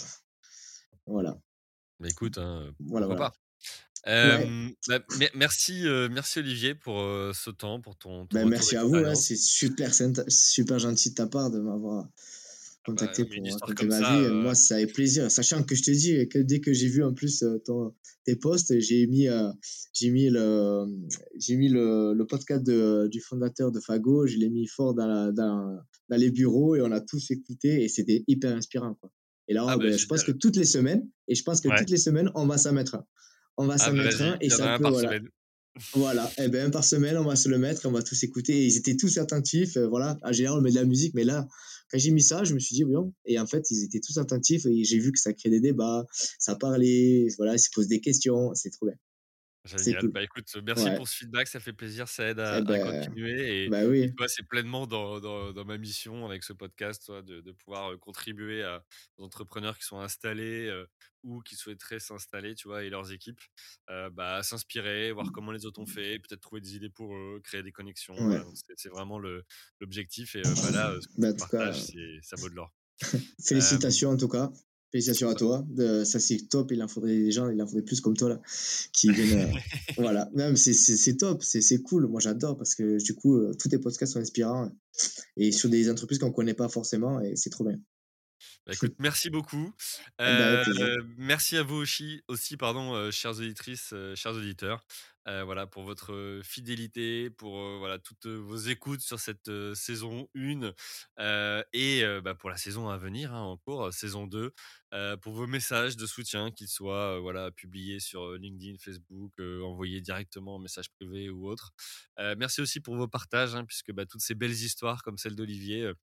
voilà, Bah écoute, hein, euh, voilà, pourquoi voilà. pas. Ouais, Euh, bah, me- merci, euh, merci Olivier pour euh, ce temps, pour ton, ton ben retour merci à vous, hein, d'expérience. c'est super, sympa- super gentil de ta part de m'avoir Ah bah, contacté non, mais une pour histoire raconter comme ma ça, vie. euh, Moi, ça avait plaisir, sachant que je te dis que dès que j'ai vu en plus euh, ton, tes posts, j'ai mis, euh, j'ai mis le, j'ai mis le, le podcast de, du fondateur de Fago, je l'ai mis fort dans, la, dans, dans les bureaux et on a tous écouté et c'était hyper inspirant, quoi. Et ah là, bah ben, je pense que génial. toutes les semaines, et je pense que Ouais. toutes les semaines, on va s'en mettre un. On va Ah s'en bah mettre vas-y, un et il y en a ça un peut, par voilà. semaine. Voilà, et ben par semaine, on va se le mettre, on va tous écouter. Et ils étaient tous attentifs, euh, voilà. En général, on met de la musique, mais là, quand j'ai mis ça, je me suis dit, oui, non. Et en fait, ils étaient tous attentifs et j'ai vu que ça crée des débats, ça parlait, voilà, ils se posent des questions, c'est trop bien, c'est Génial. cool. Bah écoute, merci Ouais, pour ce feedback, ça fait plaisir, ça aide à, et à ben, continuer. Et, bah et oui, toi, c'est pleinement dans, dans, dans ma mission avec ce podcast, toi, de, de pouvoir euh, contribuer à, aux entrepreneurs qui sont installés euh, ou qui souhaiteraient s'installer, tu vois, et leurs équipes, euh, bah, à s'inspirer, voir comment les autres ont fait, peut-être trouver des idées pour eux, créer des connexions. ouais. Voilà, donc c'est c'est vraiment le, l'objectif. Et euh, bah là, euh, ce que Ben, tu en tout cas, partages, c'est, ça vaut de l'or. Euh, félicitations en tout cas. Félicitations à bah, toi. De, ça, c'est top. Il en faudrait des gens, il en faudrait plus comme toi, là, qui viennent. euh, voilà. Même, c'est, c'est, c'est top. C'est, c'est cool. Moi, j'adore parce que du coup, euh, tous tes podcasts sont inspirants et sur des entreprises qu'on connaît pas forcément et c'est trop bien. Bah, écoute, merci beaucoup. Eh ben, avec Heu, plaisir. merci à vous aussi aussi pardon, heu, chères auditrices, heu, chers auditeurs, heu, voilà pour votre, heu, fidélité, pour, heu, voilà toutes, heu, vos écoutes sur cette, heu, saison un, heu et heu, bah, pour la saison à venir, hein, en cours, heu, saison deux, heu, pour vos messages de soutien, qu'ils soient, heu, voilà publiés sur, heu, LinkedIn, Facebook, heu, envoyés directement en message privé ou autre. Heu, merci aussi pour vos partages, hein, puisque, bah, toutes ces belles histoires comme celle d'Olivier, heu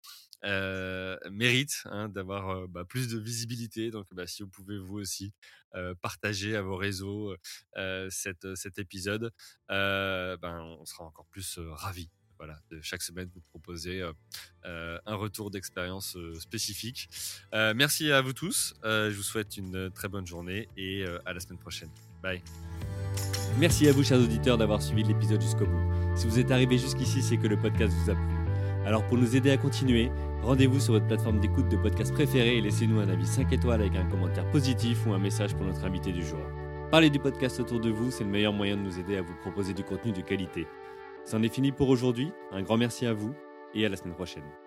heu, méritent, hein, d'avoir, heu, bah, plus de visibilité. Donc, bah, si vous pouvez vous aussi, heu, partager à vos réseaux, heu heu, cet, heu, cet épisode, heu, ben, on sera encore plus, heu, ravis, voilà, de chaque semaine vous proposer, heu heu, un retour d'expérience, heu, spécifique. Heu, merci à vous tous, heu, je vous souhaite une, heu, très bonne journée et heu, à la semaine prochaine. Bye. Merci à vous, chers auditeurs, d'avoir suivi l'épisode jusqu'au bout. Si vous êtes arrivés jusqu'ici, c'est que le podcast vous a plu. Alors pour nous aider à continuer, rendez-vous sur votre plateforme d'écoute de podcast préférée et laissez-nous un avis cinq étoiles avec un commentaire positif ou un message pour notre invité du jour. Parlez du podcast autour de vous, c'est le meilleur moyen de nous aider à vous proposer du contenu de qualité. C'en est fini pour aujourd'hui, un grand merci à vous et à la semaine prochaine.